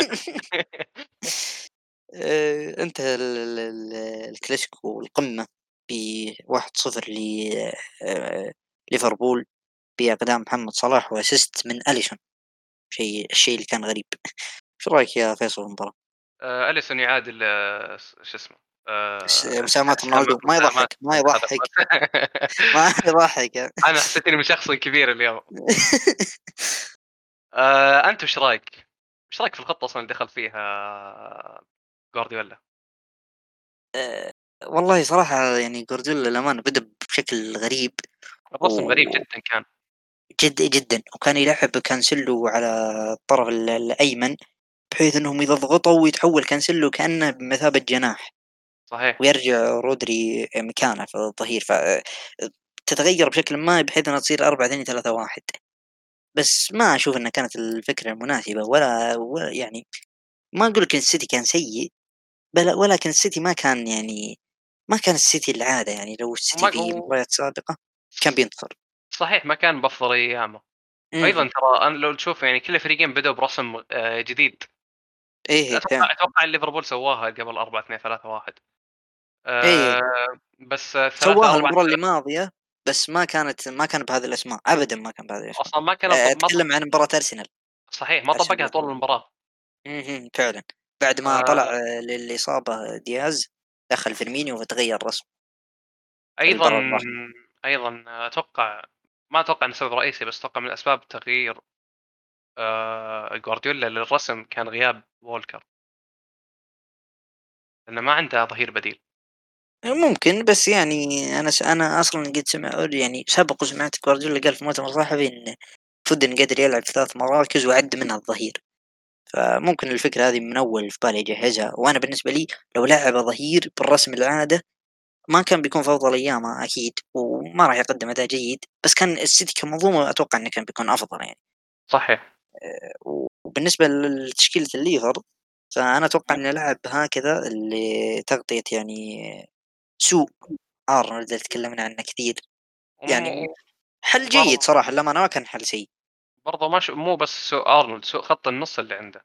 انتهى ال الكلاسيكو القمة ب1-0 آآ ليفربول بأقدام محمد صلاح وأسيست من أليسون، الشيء اللي كان غريب. إيش رأيك يا فيصل بالمباراة؟ أليسون يعادل شو اسمه مساهمات رونالدو ما مساهمات. يضحّك، ما هذا يضحّك، ما يضحّك. أنا حسيت إني مشخصن كبير اليوم. أنت وش رأيك؟ وش رأيك في الخطة أصلًا اللي دخل فيها جوارديولا؟ آآ والله صراحة يعني جوارديولا للأمانة بدأ بشكل غريب الرسم غريب و جدًا كان. جدًا، وكان يلعب كانسيلو على الطرف الأيمن بحيث إنهم إذا ضغطوا ويتحول كانسيلو كأنه بمثابة جناح، صحيح. ويرجع رودري مكانه في الظهير، تتغير بشكل ما بحيث إنها تصير 4-2-3-1. بس ما أشوف إنها كانت الفكرة المناسبة ولا يعني ما أقول لك إن السيتي كان سيء، ولكن السيتي ما كان السيتي العادة يعني لو السيتي وما في و مباريات سابقة كان بينتصر. صحيح ما كان بأفضل أيامه. أيضًا اهم، ترى أنا لو تشوف يعني كل الفريقين بدأوا برسم جديد. إيه فعلًا، أتوقع ليفربول سواها قبل 4-2-3-1. إيه بس سواها 3-4-3 المباراة اللي ماضية بس ما كان بهذه الأسماء، أبدًا ما كان بهذه الأسماء. أصلًا ما كانوا ما أتكلم عن مباراة أرسنال صحيح ما عشان طبّقها بس طول المباراة. فعلًا، بعد ما آآ طلع للإصابة دياز دخل فيرمينيو فتغيّر رسم أيضًا المباراة الراهنة. أيضًا أتوقع ما أتوقع إنه سبب رئيسي بس أتوقع من أسباب تغيير جوارديولا للرسم كان غياب وولكر، لأنه ما عنده ظهير بديل. ممكن بس يعني أنا أصلًا قد يعني سبق وسمعت جوارديولا قال في مؤتمر صحفي إن فودن قادر يلعب في 3 مراكز وعد منها الظهير، فممكن الفكرة هذه من أول في باله يجهزها، وأنا بالنسبة لي لو لعب ظهير بالرسم العادة ما كان بيكون في أفضل أيامه أكيد، وما راح يقدم أداء جيد، بس كان السيتي كمنظومة أتوقع إنه كان بيكون أفضل يعني. صحيح. وبالنسبة لتشكيلة الليفر فأنا أتوقع إنه لعب هكذا لتغطية يعني سوء أرنولد اللي تكلمنا عنه كثير، يعني حل جيد وبرضه صراحة للأمانة ما كان حل سيء. مش مو بس سوء أرنولد، سوء خط النص اللي عنده.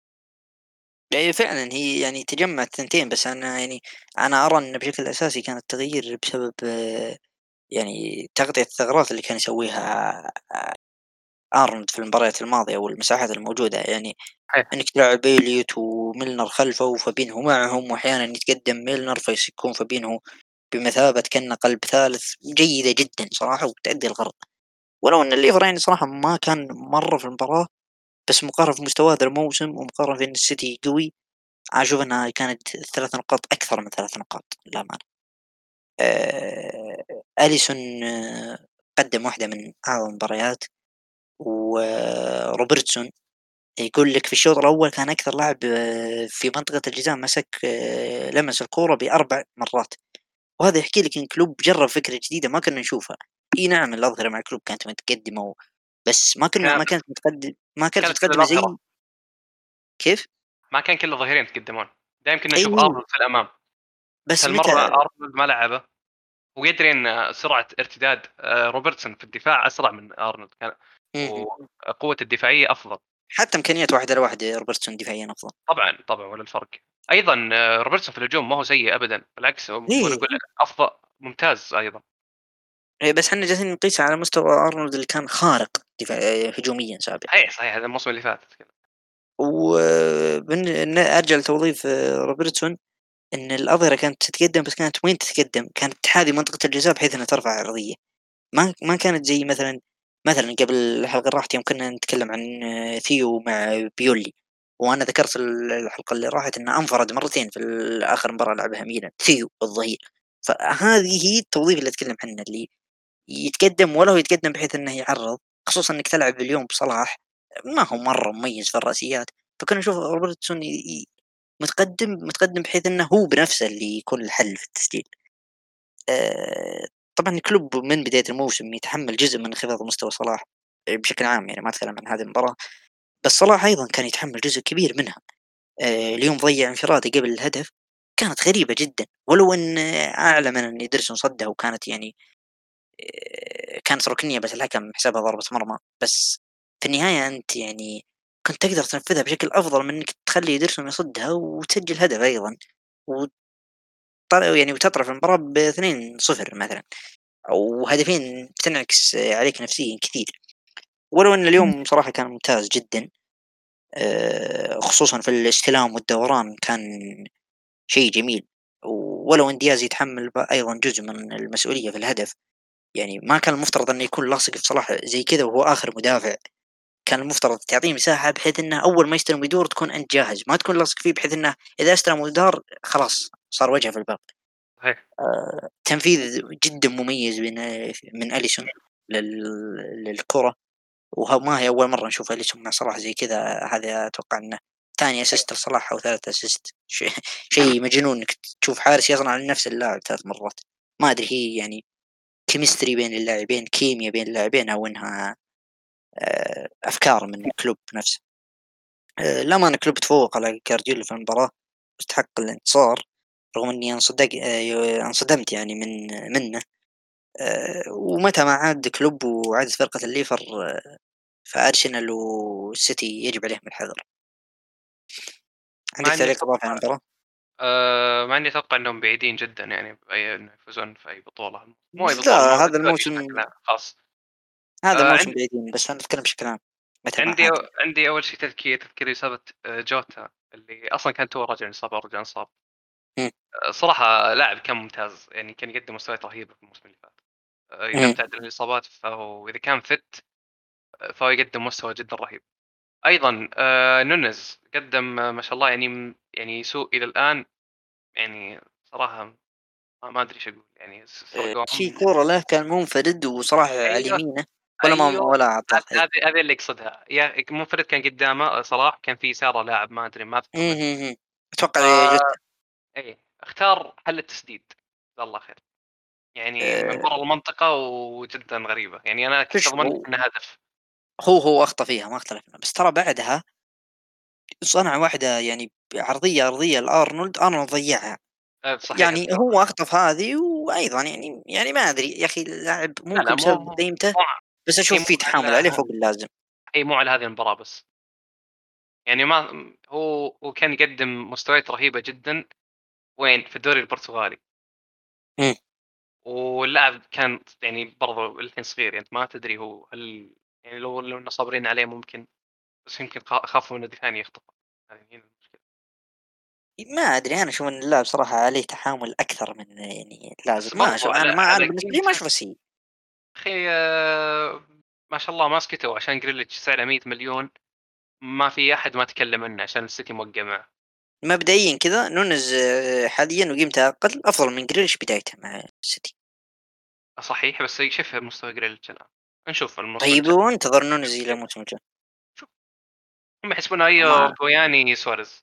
فعلًا هي يعني تجمّع الثنتين بس أنا أرى إن بشكل أساسي كان التغيير بسبب يعني تغطية الثغرات اللي كان يسويها أرنولد في المباريات الماضية والمساحات الموجودة، يعني صحيح. إنك تلعب إليوت وميلنر خلفه وفابينهو معهم وأحيانًا يتقدم ميلنر فيكون فابينهو بمثابة كأنه قلب ثالث جيدة جدًا صراحة وتأدي الغرض، ولو إن الليفر يعني صراحة ما كان مرة في المباراة، بس مقارنة في مستواه ذا الموسم ومقارنة في إن السيتي قوي، أشوف إنها كانت 3 نقاط أكثر من 3 نقاط للأمانة. أليسون قدم واحدة من أعظم المباريات، وروبرتسون يقول لك في الشوط الأول كان أكثر لاعب في منطقة الجزاء لمس الكورة ب4 مرات، وهذا يحكي لك إن كلوب جرّب فكرة جديدة ما كنا نشوفها. إي نعم الأظهرة مع كلوب كانت متقدمة بس كان ما كانت كانت كل متقدمة الأظهرة، زي كيف؟ ما كان كل الظهيرين يتقدمون، دايم كنا نشوف أي أرنولد في الأمام. بس بس هالمرة متى أرنولد ما لعبه، ويدري إن سرعة ارتداد روبرتسون في الدفاع أسرع من أرنولد كان، اهم، وقوة الدفاعية أفضل. حتى إمكانيات واحد على واحد روبرتسون دفاعيًا أفضل. طبعًا، طبعًا ولا الفرق. أيضًا روبرتسون في الهجوم ما هو سيء أبدًا، بالعكس هو إيه، نقول أفضل ممتاز أيضًا. بس إحنا جالسين نقيسه على مستوى أرنولد اللي كان خارق، هجوميا سابقا. صحيح هذا الموسم اللي فات كذا. أرجع لتوظيف روبرتسون، إن الأظهرة كانت تتقدم، بس كانت وين تتقدم؟ كانت تحاذي منطقة الجزاء بحيث إنها ترفع عرضية. ما كانت زي مثلًا قبل الحلقة اللي راحت يوم كنا نتكلم عن ثيو مع بيولي، وأنا ذكرت الحلقة اللي راحت إنه أنفرد مرتين في آخر مباراة لعبها ميلان، ثيو الظهير. فهذه هي التوظيف اللي أتكلم عنه، اللي يتقدم ولا هو يتقدم بحيث إنه يعرّض، خصوصًا إنك تلعب اليوم بصلاح ما هو مرة مميز في الرأسيات. فكنا نشوف روبرتسون متقدم بحيث إنه هو بنفسه اللي يكون الحل في التسجيل. طبعًا كلوب من بداية الموسم يتحمّل جزء من انخفاض مستوى صلاح بشكل عام، يعني ما أتكلم عن هذه المباراة، بس صلاح أيضًا كان يتحمّل جزء كبير منها. اليوم ضيّع انفرادة قبل الهدف كانت غريبة جدًا، ولو إن أعلى من إن إيدرسون صدّها، وكانت يعني كانت ركنية بس الحكم حسبها ضربة مرمى. بس في النهاية أنت يعني كنت تقدر تنفذها بشكل أفضل من إنك تخلّي إيدرسون يصدها وتسجل هدف أيضًا، وط يعني وتطرف المباراة ب2-0 مثلًا. وهدفين بتنعكس عليك نفسيًا كثير. ولو إن اليوم صراحة كان ممتاز جدًا، خصوصًا في الاستلام والدوران كان شيء جميل. ولو إن دياز يتحمل أيضًا جزء من المسؤولية في الهدف، يعني ما كان المفترض إنه يكون لاصق في صلاح زي كذا وهو آخر مدافع. كان المفترض تعطيه مساحة بحيث إنه أول ما يستلم ويدور تكون أنت جاهز، ما تكون لاصق فيه بحيث إنه إذا استلم ودار خلاص صار وجهه في الباب. صحيح. تنفيذ جدًا مميز من أليسون للكرة. ما هي أول مرة نشوف أليسون مع صلاح زي كذا. هذا أتوقع إنه ثاني أسيست لصلاح أو ثالث أسيست. شيء مجنون إنك تشوف حارس يصنع لنفس اللاعب 3 مرات. ما أدري هي يعني chemistry بين اللاعبين، كيميا بين اللاعبين، أو إنها أفكار من كلوب نفسه. للأمانة كلوب تفوق على جوارديولا في المباراة واستحق الانتصار، رغم إني انصدمت يعني منه. ومتى ما عاد كلوب وعادت فرقة الليفر، فأرسنال والسيتي يجب عليهم الحذر. عندك مع إني تعليق إضافي عن أتوقع المباراة؟ مع إني أتوقع إنهم بعيدين جدًا يعني بأي إنه يفوزون في أي بطولة، مو أي بطولة، لا، في الدوري بشكل خاص. هذا الموسم عندي بعيدين، بس أنا أتكلم بشكل عام متى ما عندي عاد. عندي أول شيء تذكير إصابة جوتا اللي أصلًا كان توه راجع من إصابة ورجع انصاب. إمم، صراحة لاعب كان ممتاز، يعني كان يقدم مستويات رهيبة في الموسم اللي فات. إذا إمم، ابتعد عن الإصابات فهو إذا كان fit فهو يقدم مستوى جدًا رهيب. أيضًا نونيز قدم ما شاء الله، يعني يعني يسوء إلى الآن، يعني صراحة ما أدري إيش أقول، يعني شي سرقوهم. كورة له كان منفرد وصراحة على أيوه، يمينه أيوه، ولا أعطاه أي. هذه اللي أقصدها، منفرد كان قدامه صلاح، كان في يساره لاعب ما أدري ما أذكر إمم، من. إمم، إمم، أتوقع ف جوتا. إيه، اختار حل التسديد، جزاه الله خير، يعني من آآ، برا المنطقة وجدًا غريبة، يعني أنا كنت شوف أظن إنه هدف. هو أخطأ فيها ما اختلفنا، بس ترى بعدها صنع واحدة يعني عرضية أرضية لأرنولد، أرنولد ضيّعها. صحيح يعني أذكرها. هو أخطأ في هذه، وأيضًا يعني ما أدري يا أخي، اللاعب لا، لا، ممكن مو بسبب مو قيمته، مو بس هي أشوف مو في تحامل عليه فوق اللازم. هي مو على هذه المباراة بس، يعني ما هو كان يقدم مستويات رهيبة جدًا. وين؟ في الدوري البرتغالي. إمم. واللاعب كان يعني برضه الحين صغير، يعني أنت ما تدري هو هل، يعني لو إنه صابرين عليه ممكن، بس يمكن خافوا من النادي ثاني يخطفه، هذه هي المشكلة. ما أدري، أنا أشوف إن اللاعب صراحة عليه تحامل أكثر من يعني اللازم. بس ما أشوف، برضه أنا على بالنسبة لي ما قيمته، أشوفه سيء. أخي ما شاء الله ما سكتوا عشان جريليتش سعره 100 مليون، ما في أحد ما تكلم عنه عشان السيتي موقع معه. مبدئيًا كذا نونيز حاليًا وقيمته أقل، أفضل من جريليش بدايته مع السيتي. صحيح، بس شوف مستوى جريليتش الآن، نشوف الموسم طيب الجاي. وانتظر نونيز إلى الموسم الجاي. شوف، هم يحسبونها هي ما بوياني سواريز.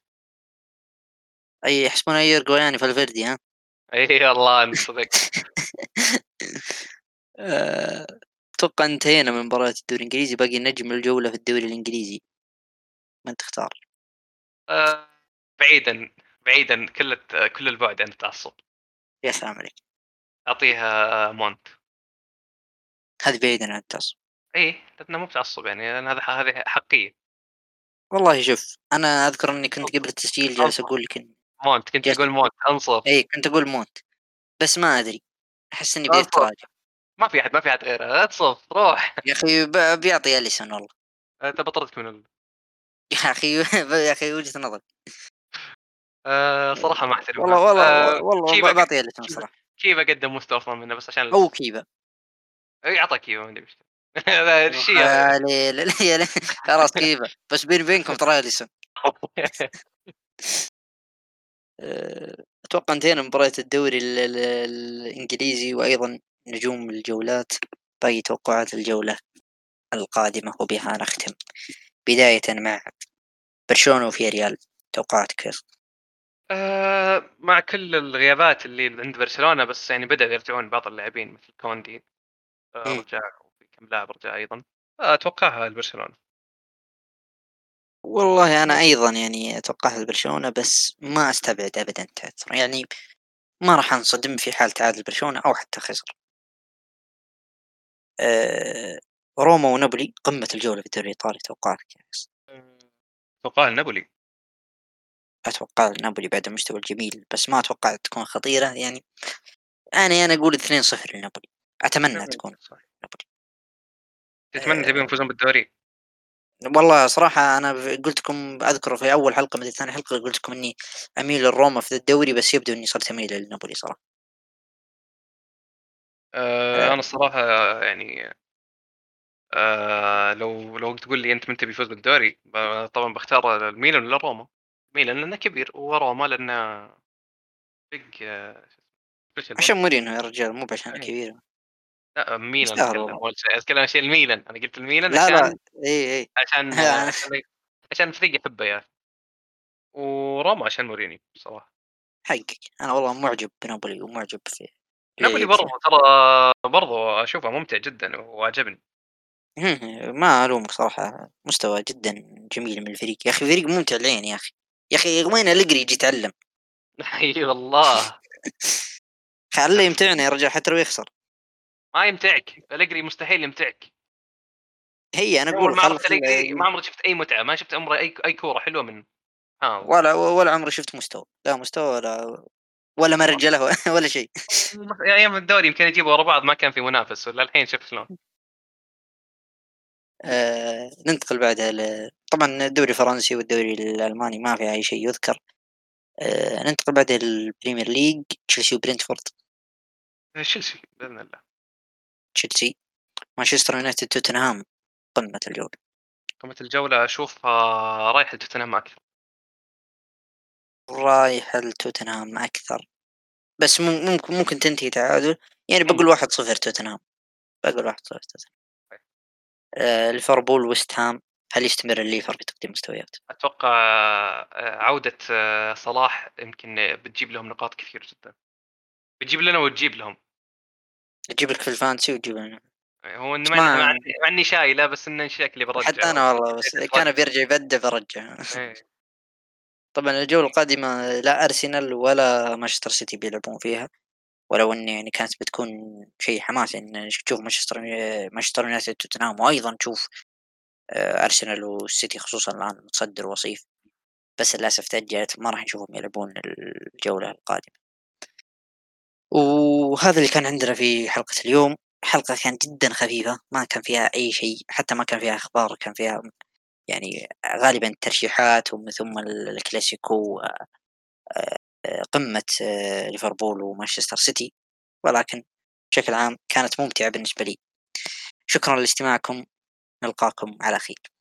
يحسبونه يورجوياني فالفيردي، ها؟ اي والله انت صدقت. آآ، أتوقع انتهينا من مباريات الدوري الإنجليزي، باقي نجم الجولة في الدوري الإنجليزي، من تختار؟ آه، بعيدا بعيدا كل البعد عن التعصب. يا سلام عليك! اعطيها مونت. هذه بعيدًا عن التعصب. ايه، لانه مو بتعصب، يعني أنا هذه حقيه. والله شوف، أنا أذكر إني كنت قبل التسجيل جالس انصف. أقول لك إن مونت، كنت جالس تقول مونت انصف. كنت أقول مونت، بس ما أدري، أحس إني بديت انصف. أتراجع. ما في أحد غيره، لا تصف روح. يا أخي بيعطي أليسون والله. أنت بطردك من يا أخي يا أخي وجهة نظر. صراحة ما والله أحترمها. والله والله كيفا ق باعطي أليسون كيفا الصراحة. كيفا قدّم مستوى أفضل منه بس عشان هو كيبا. إي أعطاه كيفا ما عندي مشكلة. لا الشيء هذا. يا ليل يا ليل. خلاص كيبا، بس بيني وبينكم ترى أليسون. أتوقع انتهينا من مباريات الدوري الإنجليزي وأيضا نجوم الجولات. باقي توقعات الجولة القادمة وبها نختم، بداية مع برشلونة وفياريال. توقعاتك فيصل؟ مع كل الغيابات اللي عند برشلونة، بس يعني بدأوا يرجعون بعض اللاعبين مثل كوندي، مم. رجع، وفي كم لاعب رجع أيضًا، فأتوقعها لبرشلونة. والله أنا أيضا يعني أتوقعها برشلونة، بس ما أستبعد أبدا تعثر يعني. ما راح أنصدم في حال تعادل برشلونة أو حتى خسر. أه... روما ونابولي قمة الجولة في الدوري الإيطالي. توقعاتك يا فيصل؟ أتوقعها لنابولي. أتوقع نابولي بعد المستوى الجميل، بس ما أتوقع تكون خطيرة يعني. أنا أقول 2-0 لنابولي. أتمنى تكون صحيح. نابولي. تتمنى تبيهم أه... يفوزون بالدوري؟ والله صراحة أنا قلت لكم أذكر في أول حلقة من ثاني حلقة قلت لكم إني أميل للروما في الدوري، بس يبدو إني صرت أميل للنابولي صراحة. أه... أنا الصراحة يعني لو تقول لي أنت من تبي يفوز بالدوري، طبعًا باختار الميلان والّا روما. ميلان لأنه كبير، وروما لأنه big special one. عشان مورينو يا رجال، مو بعشان إيه. كبير. لأ ميلان يستاهل أتكلم، والله. أتكلم عن شيء الميلان، أنا قلت الميلان لا لا. عشان إيه إيه. عشان أنا عشان فريق أحبه يا أخي، وروما عشان مورينيو بصراحة. حقك. أنا والله معجب بنابولي ومعجب في اللي نابولي يلعب فيه. برضه ترى، برضه أشوفه ممتع جدًا وعجبني. ما ألومك صراحة، مستوى جدا جميل من الفريق يا أخي، فريق ممتع العين يا أخي. يا أخي وين أليجري يجي يتعلم؟ أي والله. خليه يمتعنا يا رجال حتى لو يخسر. ما يمتعك، أليجري مستحيل يمتعك. هي أنا أول أقول ما خل عرفت خل أليجري ما عمري شفت أي متعة، ما شفت عمري أي كورة حلوة منه. ها. ولا عمري شفت مستوى، لا مستوى ولا مرجع له ولا شيء. أيام الدوري يمكن يجيبوا ورا بعض ما كان في منافس، والّا الحين شوف شلون. ننتقل بعدها طبعا الدوري الفرنسي والدوري الألماني ما في أي شيء يذكر. ننتقل بعدها للبريمير ليج، تشيلسي وبرنتفورد. تشيلسي بإذن الله. تشيلسي. مانشستر يونايتد توتنهام، قمة الجولة. قمة الجولة أشوفها رايحة لتوتنهام أكثر. رايح لتوتنهام أكثر، بس ممكن تنتهي تعادل. يعني بقول ممكن. 1-0 توتنهام. بقول 1-0 توتنهام. ليفربول ويست هام. هل يستمر الليفر في تقديم مستويات؟ أتوقع عودة صلاح يمكن بتجيب لهم نقاط كثير جدًا، بتجيب لنا وتجيب لهم. تجيب لك في الفانسي وتجيب لنا. هو إنه بس مع إني شايله، بس إنه شكلي حتى بارجعه أنا والله، بس كان اتوقع. بيرجع يبدأ برجع. إيه. طبعا الجولة القادمة لا أرسنال ولا مانشستر سيتي بيلعبون فيها، ولو إن يعني كانت بتكون شيء حماسي إن نشوف مانشستر يونايتد توتنهام، وأيضا نشوف أرسنال والسيتي خصوصا الآن متصدر وصيف. بس للأسف تأجلت، ما راح نشوفهم يلعبون الجولة القادمة. وهذا اللي كان عندنا في حلقة اليوم. حلقة كانت جدا خفيفة، ما كان فيها أي شيء، حتى ما كان فيها أخبار، كان فيها يعني غالبا ترشيحات ومن ثم الكلاسيكو، قمة ليفربول ومانشستر سيتي. ولكن بشكل عام كانت ممتعة بالنسبة لي. شكرا لاستماعكم، نلقاكم على خير.